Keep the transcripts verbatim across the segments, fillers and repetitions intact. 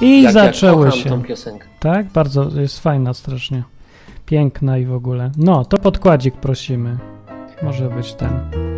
I jak, zaczęły jak się. Tą piosenkę. Tak, bardzo jest fajna strasznie. Piękna i w ogóle. No, to podkładzik prosimy. Może być ten.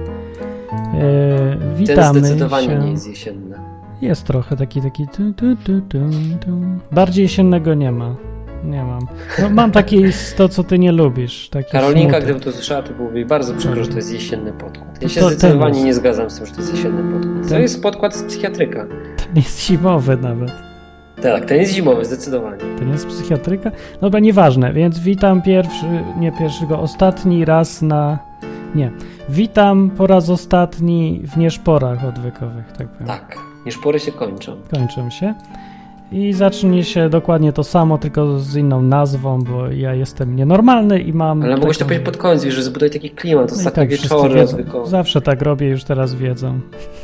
Yy, witamy Ten zdecydowanie się. nie jest jesienny. Jest trochę taki, taki tu, tu, tu, tu, tu. Bardziej jesiennego nie ma. Nie mam. No, mam taki to, co ty nie lubisz. Taki Karolinka, smutek. gdyby to słyszała, to byłoby jej bardzo przykro, że to jest jesienny podkład. Ja się To zdecydowanie ten nie zgadzam z tym, że to jest jesienny podkład. To Ten- jest podkład z psychiatryka. Ten jest zimowy nawet. Tak, ten jest zimowy, zdecydowanie. To nie jest psychiatryka? Dobra, nieważne, więc witam pierwszy, nie pierwszego, ostatni raz na... Nie. Witam po raz ostatni w nieszporach odwykowych, tak powiem. Tak, nieszpory się kończą. Kończą się. I zacznie się dokładnie to samo, tylko z inną nazwą, bo ja jestem nienormalny i mam... Ale mogłeś to taką... powiedzieć pod koniec, że zbuduje taki klimat, No i ostatnie tak wszyscy wieczory wiedzą. odwykowe. Zawsze tak robię, już teraz wiedzą.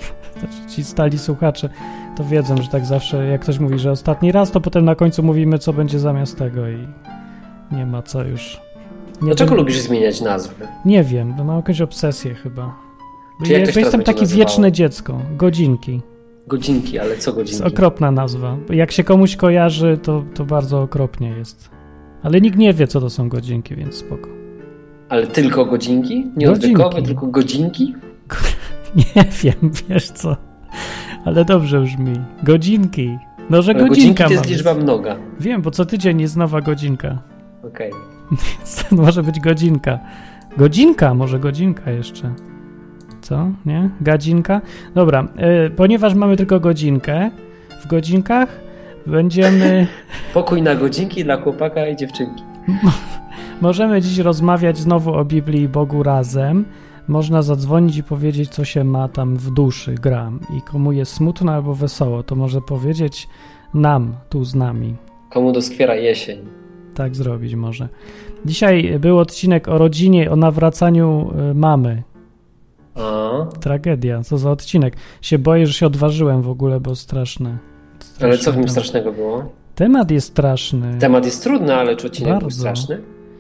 Ci stali słuchacze to wiedzą, że tak zawsze, jak ktoś mówi, że ostatni raz, to potem na końcu mówimy, co będzie zamiast tego i nie ma co już. Nie Dlaczego wiem, lubisz zmieniać nazwy? Nie wiem, bo mam jakąś obsesję chyba. Bo Czy jak ja, to się bo jestem teraz taki będzie wieczne nazywało? dziecko. Godzinki. Godzinki, ale co To jest godzinki? okropna nazwa. Jak się komuś kojarzy, to, to bardzo okropnie jest. Ale nikt nie wie, co to są godzinki, więc spoko. Ale tylko godzinki? Nie Godzinki. odwykowe, tylko godzinki? Nie wiem, wiesz co. Ale dobrze brzmi. Godzinki. No, że Ale godzinka godzinki to jest ma liczba być. mnoga. Wiem, bo co tydzień jest nowa godzinka. Okej. To może być godzinka. Godzinka, może godzinka jeszcze. Co? Nie? Gadzinka? Dobra, y, ponieważ mamy tylko godzinkę, w godzinkach będziemy... Pokój na godzinki dla chłopaka i dziewczynki. Możemy dziś rozmawiać znowu o Biblii i Bogu razem. Można zadzwonić i powiedzieć, co się ma tam w duszy, gram. I komu jest smutno albo wesoło, to może powiedzieć nam, tu z nami. Komu doskwiera jesień. Tak zrobić może. Dzisiaj był odcinek o rodzinie, o nawracaniu y, mamy. A, Tragedia, co za odcinek. Się boję, że się odważyłem w ogóle, bo straszne. straszne ale co w nim temat. strasznego było? Temat jest straszny. Temat jest trudny, ale czy odcinek był Bardzo. straszny?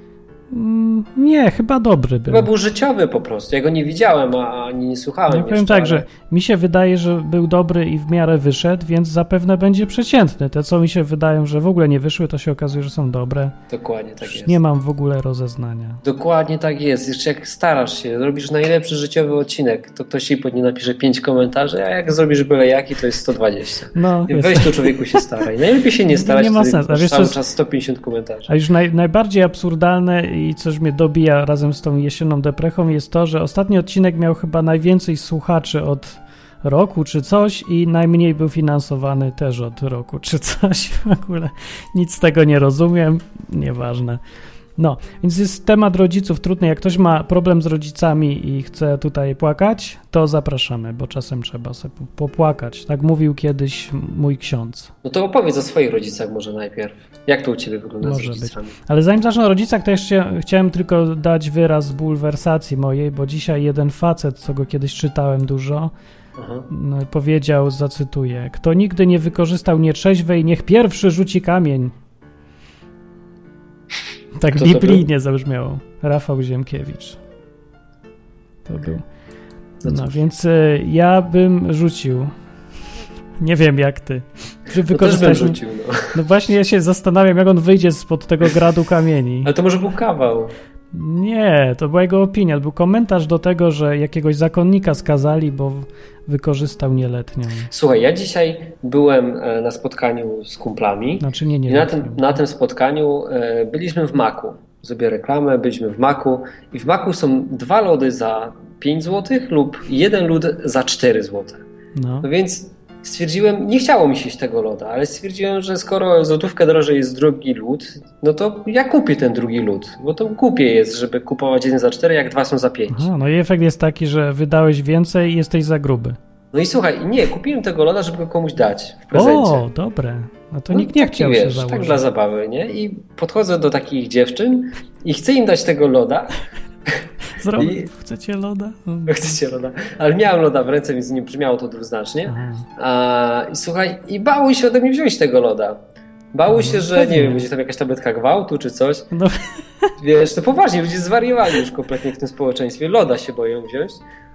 Mm, Nie, chyba dobry był. Chyba był życiowy po prostu. Ja go nie widziałem, a ani nie słuchałem Ja jeszcze, powiem tak, ale... że mi się wydaje, że był dobry i w miarę wyszedł, więc zapewne będzie przeciętny. Te, co mi się wydają, że w ogóle nie wyszły, to się okazuje, że są dobre. Dokładnie tak jest. Nie mam w ogóle rozeznania. Dokładnie tak jest. Jeszcze jak starasz się, robisz najlepszy życiowy odcinek, to ktoś ci pod nie napisze pięć komentarzy, a jak zrobisz byle jaki, to jest sto dwadzieścia. No, jest. Weź tu człowieku się staraj. Najlepiej się nie starać, Nie ma wtedy sensu. A masz wiesz, co cały jest- czas sto pięćdziesiąt komentarzy. A już naj, najbardziej absurdalne i coś mnie dobija razem z tą jesienną deprechą jest to, że ostatni odcinek miał chyba najwięcej słuchaczy od roku czy coś i najmniej był finansowany też od roku czy coś. W ogóle nic z tego nie rozumiem. Nieważne. No, więc jest temat rodziców trudny. Jak ktoś ma problem z rodzicami i chce tutaj płakać, to zapraszamy, bo czasem trzeba sobie popłakać. Tak mówił kiedyś mój ksiądz. No to opowiedz o swoich rodzicach może najpierw. Jak to u ciebie wygląda Może z być. rodzicami? Ale zanim zacznę o rodzicach, to jeszcze chciałem tylko dać wyraz bulwersacji mojej, bo dzisiaj jeden facet, co go kiedyś czytałem dużo, Aha. no, powiedział, zacytuję: kto nigdy nie wykorzystał nietrzeźwej, niech pierwszy rzuci kamień. Tak Kto to biblijnie zabrzmiało. Rafał Ziemkiewicz. To był. No No cóż. więc y, ja bym rzucił. Nie wiem jak ty. Czy No też bym wykorzystać... rzucił, no. No właśnie ja się zastanawiam, jak on wyjdzie spod tego gradu kamieni. Ale to może był kawał. Nie, to była jego opinia. To był komentarz do tego, że jakiegoś zakonnika skazali, bo wykorzystał nieletnią. Słuchaj, ja dzisiaj byłem e, na spotkaniu z kumplami Znaczy nie i na nieletnią. tym, na tym spotkaniu e, byliśmy w Maku. Zrobię reklamę, byliśmy w Maku i w Maku są dwa lody za pięć złotych lub jeden lód za cztery złote. No. No więc stwierdziłem, nie chciało mi się iść tego loda, ale stwierdziłem, że skoro złotówkę drożej jest drugi lód, no to ja kupię ten drugi lód, bo to głupie jest, żeby kupować jeden za cztery, jak dwa są za pięć. Aha, no i efekt jest taki, że wydałeś więcej i jesteś za gruby. No i słuchaj, nie, kupiłem tego loda, żeby go komuś dać w prezencie. O, dobre. No to No, nikt nie taki, chciał wiesz, się założyć. tak dla zabawy, nie? I podchodzę do takich dziewczyn i chcę im dać tego loda. Zrobię. i- Chcecie loda? No. Chcecie loda? Ale miałem loda w ręce, więc nie brzmiało to dwuznacznie. Aha. A, I słuchaj, i bały się ode mnie wziąć tego loda. Bały się, że pewnie. nie wiem, będzie tam jakaś tabletka gwałtu czy coś. No, Wiesz, to poważnie, ludzie zwariowali już kompletnie w tym społeczeństwie. Loda się boją wziąć.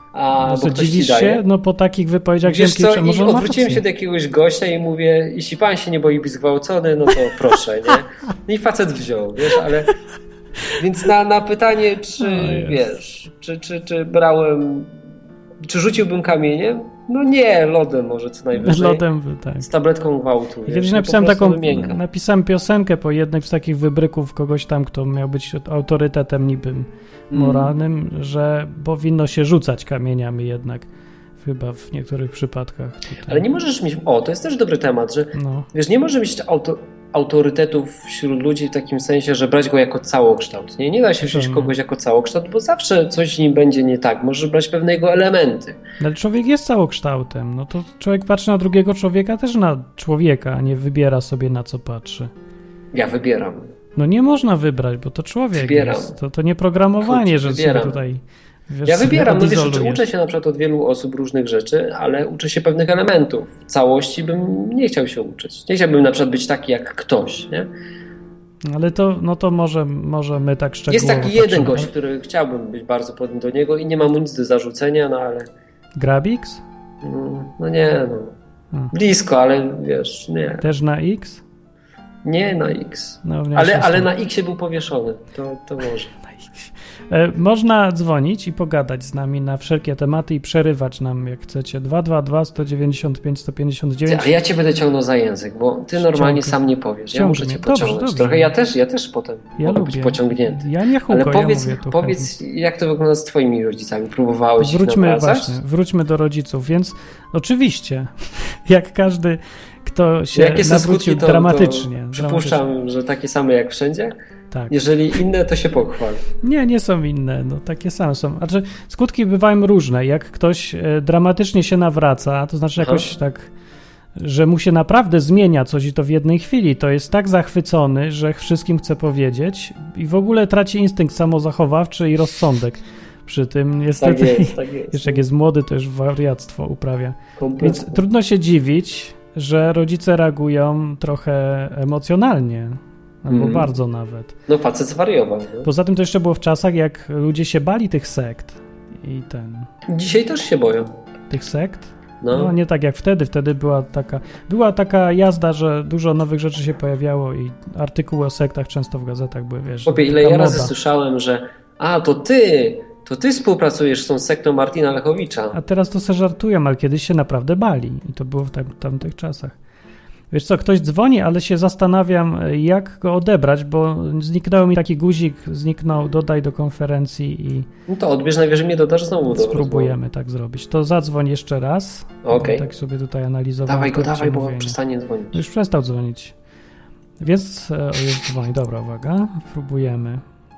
A, no, bo co, dziwisz się? No po takich wypowiedziach Wiesz Ziemkiewicza co, może i on ma odwróciłem rację. się do jakiegoś gościa i mówię, jeśli pan się nie boi być zgwałcony, no to proszę, nie? No i facet wziął, wiesz, ale... Więc na, na pytanie, czy wiesz, czy, czy, czy brałem, czy rzuciłbym kamieniem? No nie, lodem może co najwyżej. Lodem, tak. Z tabletką gwałtu. Ja kiedyś napisałem taką, napisałem piosenkę po jednej z takich wybryków kogoś tam, kto miał być autorytetem niby moralnym, mm. że powinno się rzucać kamieniami jednak. Chyba w niektórych przypadkach. Tutaj. Ale nie możesz mieć, o to jest też dobry temat, że no. wiesz, nie możesz mieć auto, autorytetów wśród ludzi w takim sensie, że brać go jako całokształt. Nie, nie da się wziąć kogoś jako całokształt, bo zawsze coś z nim będzie nie tak. Możesz brać pewne jego elementy. Ale człowiek jest całokształtem. No to człowiek patrzy na drugiego człowieka też na człowieka, a nie wybiera sobie na co patrzy. Ja wybieram. No nie można wybrać, bo to człowiek wybieram. jest. To, to nie programowanie, Chodź, że sobie tutaj... Wiesz, ja wybieram, no wiesz, uczę się na przykład od wielu osób różnych rzeczy, ale uczę się pewnych elementów. Całości bym nie chciał się uczyć. Nie chciałbym na przykład być taki jak ktoś, nie? Ale to, no to może, może my tak szczegółowo... Jest taki jeden gość, który chciałbym być bardzo podobny do niego i nie mam nic do zarzucenia, no ale... Grabix? No nie, no. Hmm. Blisko, ale wiesz, nie. Też na X? Nie na X. No, ale, ale na X był powieszony. To, to może. Na X. E, można dzwonić i pogadać z nami na wszelkie tematy i przerywać nam, jak chcecie. dwa dwa dwa, sto dziewięćdziesiąt pięć, sto pięćdziesiąt dziewięć. A ja cię będę ciągnął za język, bo ty normalnie Ciąg... sam nie powiesz. Ja Ciągnie. muszę cię pociągnąć. Dobrze, dobrze. Trochę ja też, ja też potem ja mogę lubię. być pociągnięty. Ja nie huko, ale powiedz, ja mówię powiedz jak to wygląda z twoimi rodzicami? Próbowałeś wróćmy, ich nawracać? Właśnie, wróćmy do rodziców, więc oczywiście, jak każdy, kto się Jakie nawrócił to, dramatycznie. To przypuszczam, dramatycznie. Że takie same jak wszędzie? Tak. Jeżeli inne, to się pochwal. Nie, nie są inne, no takie same są. Znaczy, skutki bywają różne. Jak ktoś e, dramatycznie się nawraca, to znaczy Aha. jakoś tak, że mu się naprawdę zmienia coś i to w jednej chwili, to jest tak zachwycony, że wszystkim chce powiedzieć i w ogóle traci instynkt samozachowawczy i rozsądek. Przy tym niestety, tak jest, tak jest. jeszcze jak jest młody, to już wariactwo uprawia. Kompletnie. Więc trudno się dziwić, że rodzice reagują trochę emocjonalnie. Albo mm. bardzo nawet. No facet zwariował. No. Poza tym to jeszcze było w czasach, jak ludzie się bali tych sekt. I ten... Dzisiaj też się boją. Tych sekt? No. no nie tak jak wtedy. Wtedy była taka była taka jazda, że dużo nowych rzeczy się pojawiało i artykuły o sektach często w gazetach były, wiesz. Popie, ile ja razy słyszałem, że a, to ty, to ty współpracujesz z tą sektą Martina Lechowicza. A teraz to se żartują, ale kiedyś się naprawdę bali. I to było w tam, tamtych czasach. Wiesz co, ktoś dzwoni, ale się zastanawiam, jak go odebrać, bo zniknął mi taki guzik, zniknął, dodaj do konferencji i... No to odbierz, najwyżej mnie dodasz znowu do Spróbujemy rozmowy. Tak zrobić. To zadzwoń jeszcze raz. Okej. Okay. Tak sobie tutaj analizowałem. Dawaj go, dawaj, bo przestanie dzwonić. Już przestał dzwonić. Więc, o, już dzwoni. Dobra, uwaga. Próbujemy.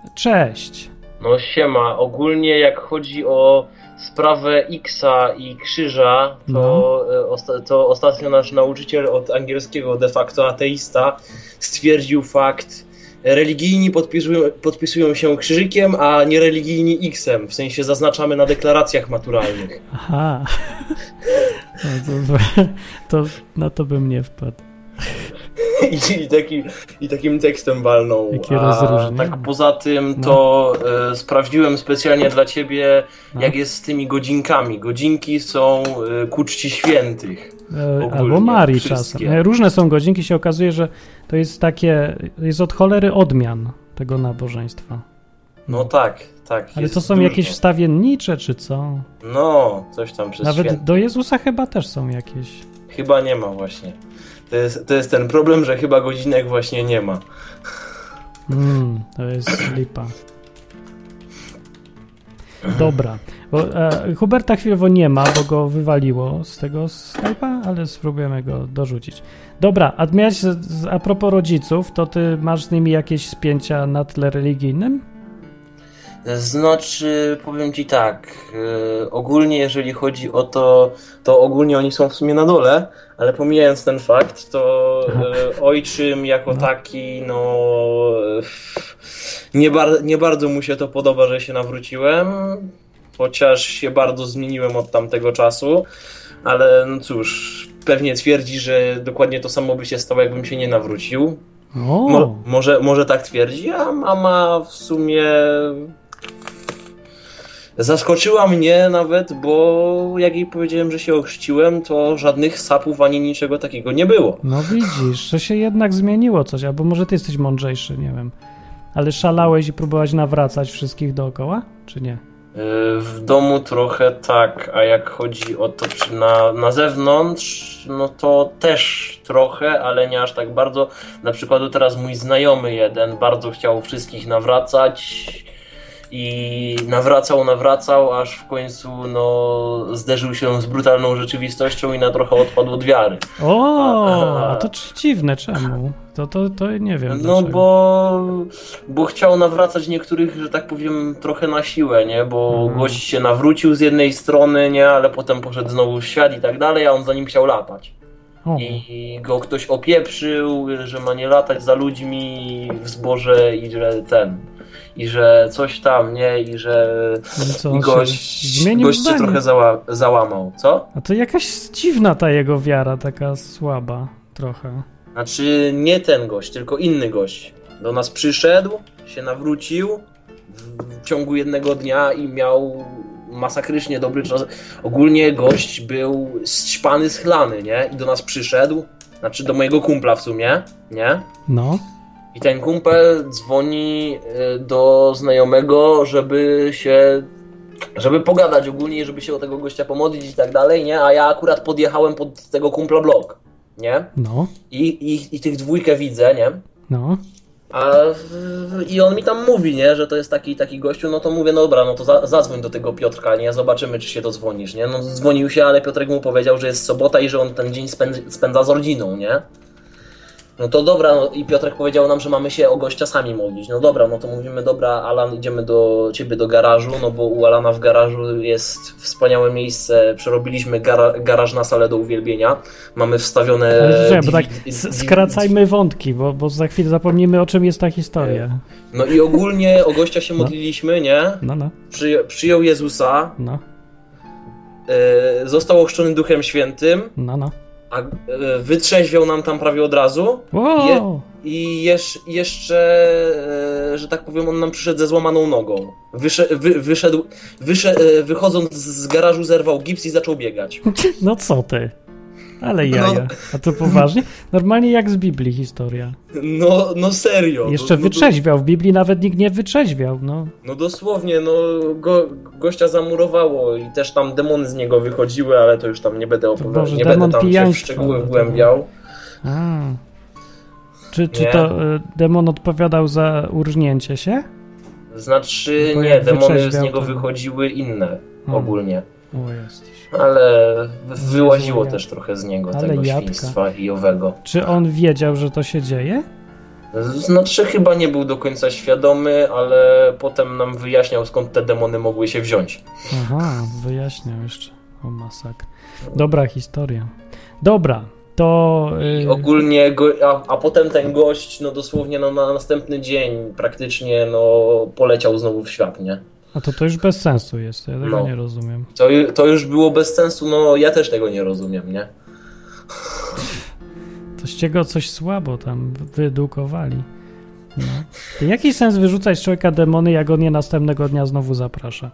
Cześć. No siema. Ogólnie jak chodzi o sprawę Xa i krzyża, to, no. osta- to ostatnio nasz nauczyciel od angielskiego, de facto ateista, stwierdził fakt, religijni podpisują, podpisują się krzyżykiem, a niereligijni Xem, w sensie zaznaczamy na deklaracjach maturalnych. Aha, no to, to, na to bym nie wpadł. I, i, taki, I takim tekstem walnął. Jakie A rozróżnienie. tak poza tym to no. e, sprawdziłem specjalnie dla ciebie, no. jak jest z tymi godzinkami. Godzinki są e, ku czci świętych. E, albo Marii czasem. Różne są godzinki, się okazuje, że to jest takie, jest od cholery odmian tego nabożeństwa. No, no tak, tak. Ale to są dużo. Jakieś wstawiennicze, czy co? No, coś tam przez Nawet świętych. Do Jezusa chyba też są jakieś. Chyba nie ma właśnie. To jest, to jest ten problem, że chyba godzinek właśnie nie ma. Mm, to jest lipa. Dobra. Bo, e, Huberta chwilowo nie ma, bo go wywaliło z tego Skype'a, ale spróbujemy go dorzucić. Dobra, a miałeś z, z, a propos rodziców, to ty masz z nimi jakieś spięcia na tle religijnym? Znaczy, powiem ci tak, yy, ogólnie jeżeli chodzi o to, to ogólnie oni są w sumie na dole, ale pomijając ten fakt, to yy, ojczym jako no. taki, no nie, bar- nie bardzo mu się to podoba, że się nawróciłem, chociaż się bardzo zmieniłem od tamtego czasu, ale no cóż, pewnie twierdzi, że dokładnie to samo by się stało, jakbym się nie nawrócił. Mo- może, może tak twierdzi, a mama w sumie... Zaskoczyła mnie nawet, bo jak jej powiedziałem, że się ochrzciłem, to żadnych sapów ani niczego takiego nie było. No widzisz, że się jednak zmieniło coś, albo może ty jesteś mądrzejszy, nie wiem. Ale szalałeś i próbowałeś nawracać wszystkich dookoła, czy nie? W domu trochę tak, a jak chodzi o to, czy na, na zewnątrz, no to też trochę, ale nie aż tak bardzo. Na przykład teraz mój znajomy jeden bardzo chciał wszystkich nawracać i nawracał, nawracał, aż w końcu no, zderzył się z brutalną rzeczywistością i na trochę odpadł od wiary. O, a, a to dziwne, czemu? To, to, to nie wiem. No dlaczego. bo bo chciał nawracać niektórych, że tak powiem, trochę na siłę, nie? Bo hmm. gość się nawrócił z jednej strony, nie? Ale potem poszedł znowu w świat i tak dalej, a on za nim chciał latać. O. I go ktoś opieprzył, że ma nie latać za ludźmi w zborze i że ten... I że coś tam, nie? I że co, gość, gość się trochę zała, załamał, co? A to jakaś dziwna ta jego wiara, taka słaba trochę. Znaczy nie ten gość, tylko inny gość. Do nas przyszedł, się nawrócił w ciągu jednego dnia i miał masakrycznie dobry czas. Ogólnie gość był zćpany, schlany, nie? I do nas przyszedł, znaczy do mojego kumpla w sumie, nie? No. I ten kumpel dzwoni do znajomego, żeby się, żeby pogadać ogólnie, żeby się o tego gościa pomodlić i tak dalej, nie? A ja akurat podjechałem pod tego kumpla blok, nie? No. I, i, i tych dwójkę widzę, nie? No. A, I on mi tam mówi, nie? Że to jest taki taki gościu, no to mówię, no dobra, no to za, zadzwoń do tego Piotrka, nie? Zobaczymy, czy się dodzwonisz, nie? No dzwonił się, ale Piotrek mu powiedział, że jest sobota i że on ten dzień spędza, spędza z rodziną, nie? No to dobra, no i Piotrek powiedział nam, że mamy się o gościa sami modlić. No dobra, no to mówimy, dobra, Alan, idziemy do ciebie do garażu, no bo u Alana w garażu jest wspaniałe miejsce, przerobiliśmy gara, garaż na salę do uwielbienia, mamy wstawione... Ale czekaj, bo tak skracajmy wątki, bo, bo za chwilę zapomnimy, o czym jest ta historia. No i ogólnie o gościa się modliliśmy, nie? No, no. Przyję, przyjął Jezusa, no. y, został ochrzczony Duchem Świętym, no, no. a wytrzeźwiał nam tam prawie od razu. Wow. Je, i jesz, jeszcze, że tak powiem, on nam przyszedł ze złamaną nogą. Wysze, wy, wyszedł, wysze, wychodząc z garażu zerwał gips i zaczął biegać. No co ty? Ale jaja. No. A to poważnie? Normalnie jak z Biblii historia. No, no serio. Jeszcze no, wytrzeźwiał. W Biblii nawet nikt nie wytrzeźwiał. No, no dosłownie, no go, gościa zamurowało i też tam demony z niego wychodziły, ale to już tam nie będę opowiadał. Nie będę tam się w szczegóły wgłębiał. A. Czy, czy to y, demon odpowiadał za urżnięcie się? Znaczy nie, demony z niego to... wychodziły inne o. ogólnie. O, jesteś. Ale wyłaziło też trochę z niego ale tego jadka. Świństwa i owego. Czy on wiedział, że to się dzieje? Znaczy chyba nie był do końca świadomy, ale potem nam wyjaśniał, skąd te demony mogły się wziąć. Aha, wyjaśniał jeszcze. O masakra. Dobra historia. Dobra, to... I ogólnie, go, a, a potem ten gość, no dosłownie no, na następny dzień praktycznie no, poleciał znowu w świat, nie? A to to już bez sensu jest, ja tego no. nie rozumiem. To, to już było bez sensu, no ja też tego nie rozumiem, nie? To z czego coś słabo tam wyedukowali. No. To jaki sens wyrzucać z człowieka demony, jak on je następnego dnia znowu zaprasza?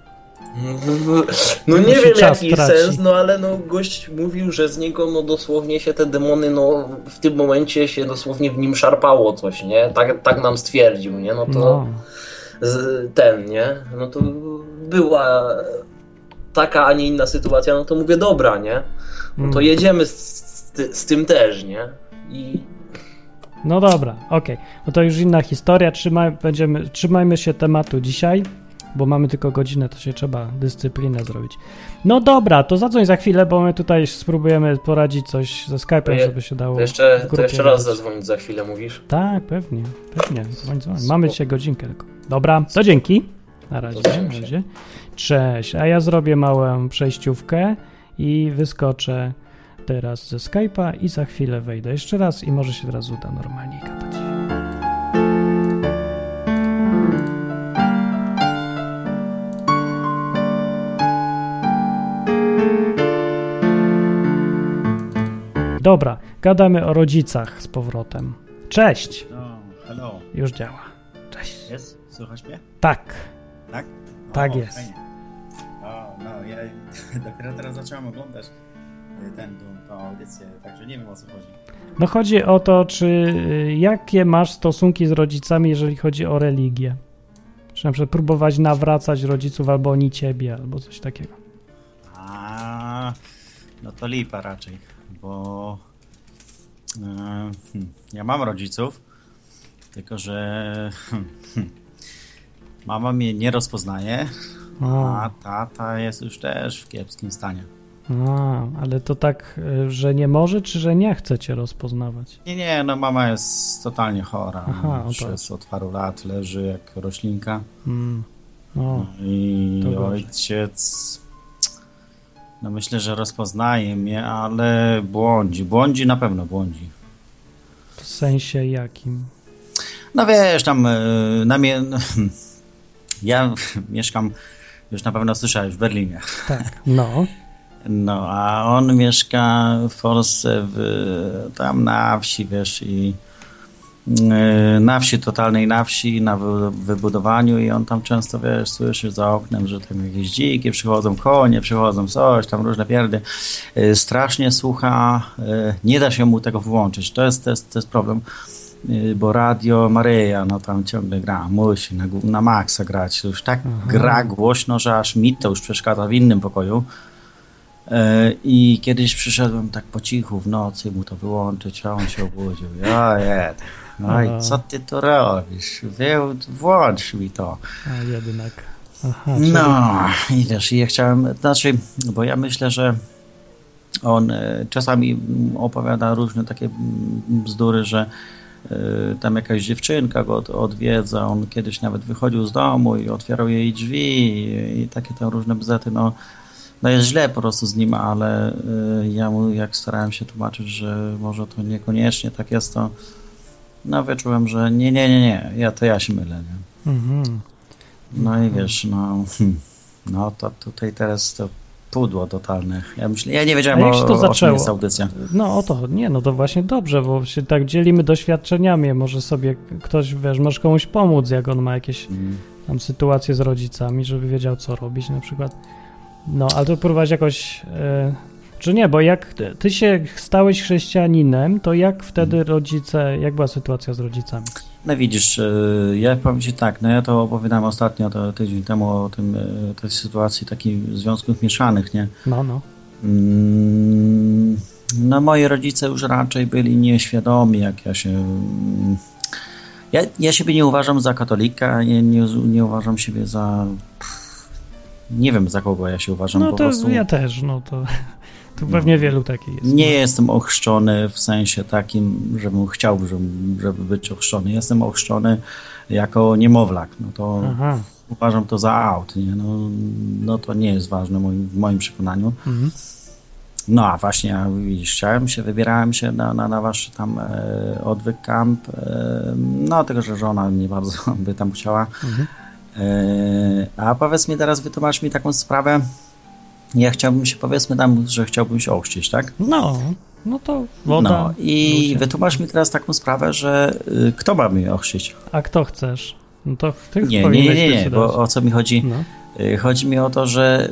No nie wiem jaki traci. sens, no ale no gość mówił, że z niego no dosłownie się te demony, no w tym momencie się dosłownie w nim szarpało coś, nie? Tak, tak nam stwierdził, nie? No to... No. Z, ten, nie? No to była taka, a nie inna sytuacja, no to mówię, dobra, nie? No to jedziemy z, z, z tym też, nie? I... No dobra, okej. Okay. No to już inna historia, Trzymaj, będziemy, trzymajmy się tematu dzisiaj, bo mamy tylko godzinę, to się trzeba dyscyplinę zrobić. No dobra, to zadzwoń za chwilę, bo my tutaj spróbujemy poradzić coś ze Skype'em, je, żeby się dało. To jeszcze, to jeszcze raz zadzwonić za chwilę, mówisz? Tak, pewnie, pewnie. Dzwoń, dzwoń. Mamy dzisiaj godzinkę tylko. Dobra, to dzięki. Na razie. Na razie. Cześć. A ja zrobię małą przejściówkę i wyskoczę teraz ze Skype'a i za chwilę wejdę jeszcze raz i może się teraz uda normalnie gadać. Dobra, gadamy o rodzicach z powrotem. Cześć! No, hello. Już działa. Cześć. Jest? Słychać mnie? Tak. Tak? Tak o, jest. Fajnie. ja dopiero teraz zacząłem oglądać ten, tą audycję, także nie wiem, o co chodzi. No chodzi o to, czy jakie masz stosunki z rodzicami, jeżeli chodzi o religię? Czy na przykład próbować nawracać rodziców, albo oni ciebie, albo coś takiego. A, no to lipa raczej, bo e, hmm, ja mam rodziców, tylko że hmm, hmm, mama mnie nie rozpoznaje, a tata jest już też w kiepskim stanie. A, ale to tak, że nie może, czy że nie chce cię rozpoznawać? Nie, nie, no mama jest totalnie chora. Aha, Przez od paru lat leży jak roślinka. Mm. O, I ojciec, no myślę, że rozpoznaje mnie, ale błądzi. Błądzi, na pewno błądzi. W sensie jakim? No wiesz, tam na mnie... Ja mieszkam, już na pewno słyszałeś, w Berlinie. Tak, no. No, a on mieszka w Polsce, w, tam na wsi, wiesz, i yy, na wsi, totalnej na wsi, na wy, wybudowaniu i on tam często, wiesz, słyszy za oknem, że tam jakieś dziki przychodzą, konie przychodzą, coś, tam różne pierdy. Yy, strasznie słucha, yy, nie da się mu tego włączyć, to jest, to jest, to jest problem. Bo Radio Maryja, no tam ciągle gra, musi na, na maksa grać, już tak Aha. gra głośno, że aż mi to już przeszkadza w innym pokoju. I kiedyś przyszedłem tak po cichu w nocy mu to wyłączyć, a on się obudził. Ja jed. No i co ty tu robisz? Włącz mi to. A jednak. Aha, no i wiesz, ja chciałem, znaczy, bo ja myślę, że on czasami opowiada różne takie bzdury, że tam jakaś dziewczynka go odwiedza, on kiedyś nawet wychodził z domu i otwierał jej drzwi i, i takie tam różne bzety, no, no jest źle po prostu z nim, ale y, ja mu jak starałem się tłumaczyć, że może to niekoniecznie tak jest, to no wyczułem, że nie, nie, nie, nie, ja to ja się mylę, nie? Mhm. No i wiesz, no, no to tutaj teraz to pudło totalne. Ja myślę, ja nie wiedziałem, o, to o czym jest audycja. No o to, nie, no to właśnie dobrze, bo się tak dzielimy doświadczeniami, może sobie ktoś, wiesz, możesz komuś pomóc, jak on ma jakieś mm. tam sytuacje z rodzicami, żeby wiedział, co robić na przykład. No, ale to próbować jakoś, yy, czy nie, bo jak ty się stałeś chrześcijaninem, to jak wtedy mm. rodzice, jak była sytuacja z rodzicami? No widzisz, ja powiem ci tak, no ja to opowiadałem ostatnio, to tydzień temu o tym, tej sytuacji takich związków mieszanych, nie? No, no. No moi rodzice już raczej byli nieświadomi, jak ja się... Ja, ja siebie nie uważam za katolika, nie, nie, nie uważam siebie za... Nie wiem, za kogo ja się uważam, no po to prostu... ja też, no to... Tu pewnie wielu takich jest. Nie jestem ochrzczony w sensie takim, żebym chciał, żeby, żeby być ochrzczony. Jestem ochrzczony jako niemowlak. No to Aha. uważam to za aut. Nie? No, no to nie jest ważne w moim, w moim przekonaniu. Mhm. No a właśnie, ja, widzisz, chciałem się, wybierałem się na, na, na wasz tam e, odwyk camp. E, no tylko, że żona nie bardzo by tam chciała. Mhm. E, a powiedz mi teraz, wytłumacz mi taką sprawę. Ja chciałbym się, powiedzmy tam, że chciałbym się ochrzcić, tak? No, no to woda. No i ludzie. Wytłumacz mi teraz taką sprawę, że y, kto ma mnie ochrzcić? A kto chcesz? No to ty nie, nie, nie, nie, nie, bo o co mi chodzi? No. Y, chodzi mi o to, że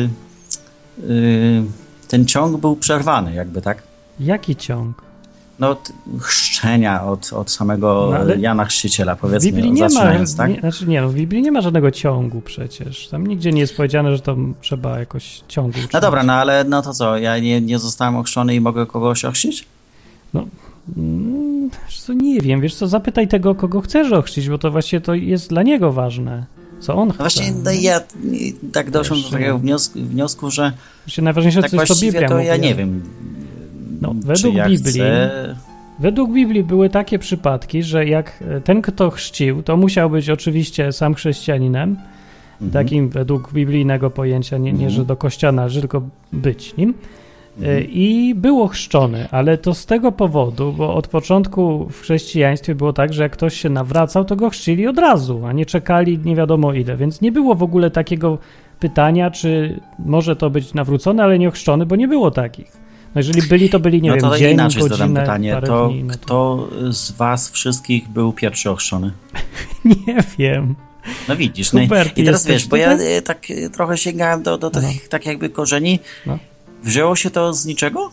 y, y, ten ciąg był przerwany jakby, tak? Jaki ciąg? No chrzczenia od, od samego no, Jana Chrzciciela, powiedzmy, w Biblii nie ma, tak? Nie, znaczy nie, no, w Biblii nie ma żadnego ciągu przecież. Tam nigdzie nie jest powiedziane, że to trzeba jakoś ciągu uczynić. No dobra, no ale no to co, ja nie, nie zostałem ochrzczony i mogę kogoś ochrzcić? No, mm, co, nie wiem, wiesz co, zapytaj tego, kogo chcesz ochrzcić, bo to właśnie to jest dla niego ważne, co on chce. No właśnie, no ja tak doszłem do takiego wniosku, wniosku, że właśnie najważniejsze, tak co jest to Biblia to mówi. ja nie wiem. No, według ja Biblii, chcę... według Biblii były takie przypadki, że jak ten, kto chrzcił, to musiał być oczywiście sam chrześcijaninem, mhm. takim według biblijnego pojęcia, nie, nie że do kościoła należy, tylko być nim. Mhm. I było chrzczony, ale to z tego powodu, bo od początku w chrześcijaństwie było tak, że jak ktoś się nawracał, to go chrzcili od razu, a nie czekali nie wiadomo ile, więc nie było w ogóle takiego pytania, czy może to być nawrócony, ale nie ochrzczony, bo nie było takich. No jeżeli byli, to byli, nie no wiem, to dzień, inaczej godzinę, zadam pytanie, to dni, no to kto z was wszystkich był pierwszy ochrzczony? Nie wiem. No widzisz, no i, i teraz wiesz, bo ja e, tak e, trochę sięgałem do, do tych no. tak jakby korzeni. No. Wzięło się to z niczego?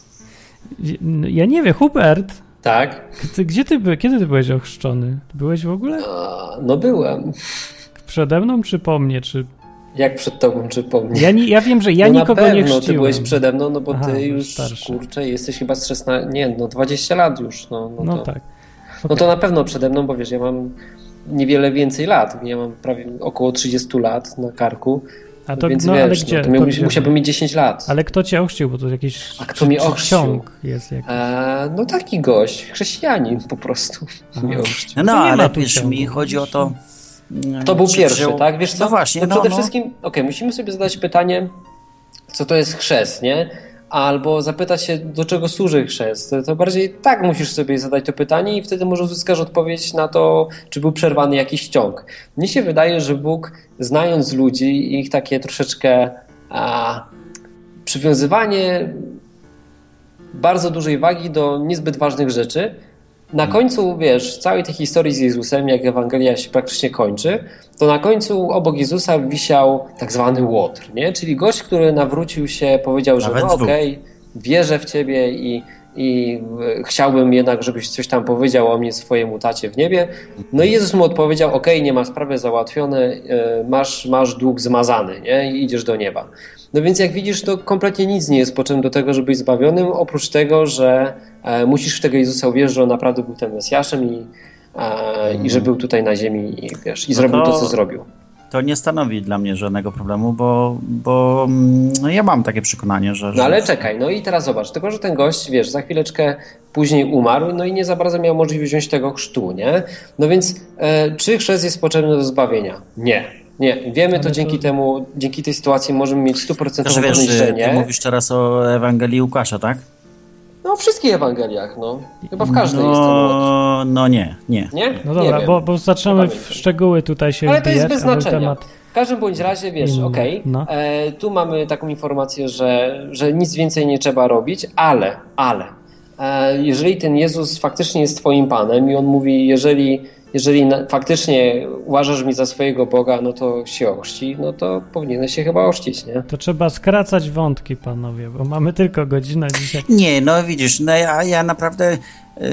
Ja nie wiem, Hubert. Tak. Ty, gdzie ty byłeś? Kiedy ty byłeś ochrzczony? Byłeś w ogóle? No, no byłem. Przede mną czy po mnie? Czy... Jak przed tobą, czy po mnie? Ja, nie, ja wiem, że ja no nikogo nie chrzciłem. ty byłeś przede mną, no bo Aha, ty już, starszy. kurczę, jesteś chyba z szesnastu, nie, no dwadzieścia lat już. No, no, no to, tak. Okay. No to na pewno przede mną, bo wiesz, ja mam niewiele więcej lat. Ja mam prawie około trzydziestu lat na karku. A to, więc no, wiesz, ale gdzie? No, to miał, musiałbym mieć dziesięć lat. Ale kto cię ochrzcił? Bo to jakiś A kto mnie ochrzcił? Jest jakiś. E, no taki gość, chrześcijanin po prostu mnie ochrzcił. No, no ale wiesz, mi chodzi o to... Kto był pierwszy, wziął... tak? Wiesz co? No właśnie. No no, przede no. wszystkim, okej, okay, musimy sobie zadać pytanie, co to jest chrzest, nie? Albo zapytać się, do czego służy chrzest. To, to bardziej tak musisz sobie zadać to pytanie i wtedy może uzyskasz odpowiedź na to, czy był przerwany jakiś ciąg. Mnie się wydaje, że Bóg, znając ludzi i ich takie troszeczkę a, przywiązywanie bardzo dużej wagi do niezbyt ważnych rzeczy, na końcu, wiesz, całej tej historii z Jezusem, jak Ewangelia się praktycznie kończy, to na końcu obok Jezusa wisiał tak zwany łotr, nie? Czyli gość, który nawrócił się, powiedział, że no okej, okay, wierzę w Ciebie i, i chciałbym jednak, żebyś coś tam powiedział o mnie swojemu tacie w niebie. No i Jezus mu odpowiedział, okej, okay, nie ma sprawy załatwione, masz, masz dług zmazany, nie? I idziesz do nieba. No więc jak widzisz, to kompletnie nic nie jest potrzebne do tego, żeby być zbawionym, oprócz tego, że e, musisz w tego Jezusa uwierzyć, że on naprawdę był tym Mesjaszem i, e, mm. i że był tutaj na ziemi i, wiesz, i no zrobił to, to, co zrobił. To nie stanowi dla mnie żadnego problemu, bo, bo no ja mam takie przekonanie, że... No ale czekaj, no i teraz zobacz, tylko że ten gość, wiesz, za chwileczkę później umarł, no i nie za bardzo miał możliwość wziąć tego chrztu, nie? No więc e, czy chrzest jest potrzebny do zbawienia? Nie. Nie, wiemy to dzięki to... temu, dzięki tej sytuacji możemy mieć stuprocentowe podejrzenie. Ty mówisz teraz o Ewangelii Łukasza, tak? No w wszystkich Ewangeliach, no. Chyba w każdej no, jest ten No nie, nie. Nie? No dobra, nie bo, bo zaczynamy w szczegóły tutaj się Ale wbijać, to jest bez znaczenia. Temat... W każdym bądź razie, wiesz, mm, okej, okay, no. e, tu mamy taką informację, że, że nic więcej nie trzeba robić, ale, ale, e, jeżeli ten Jezus faktycznie jest twoim Panem i on mówi, jeżeli Jeżeli na, faktycznie uważasz mnie za swojego Boga, no to się ochrzci, no to powinieneś się chyba ochrzcić, nie? To trzeba skracać wątki, panowie, bo mamy tylko godzinę dzisiaj. Nie, no widzisz, no ja, ja naprawdę yy,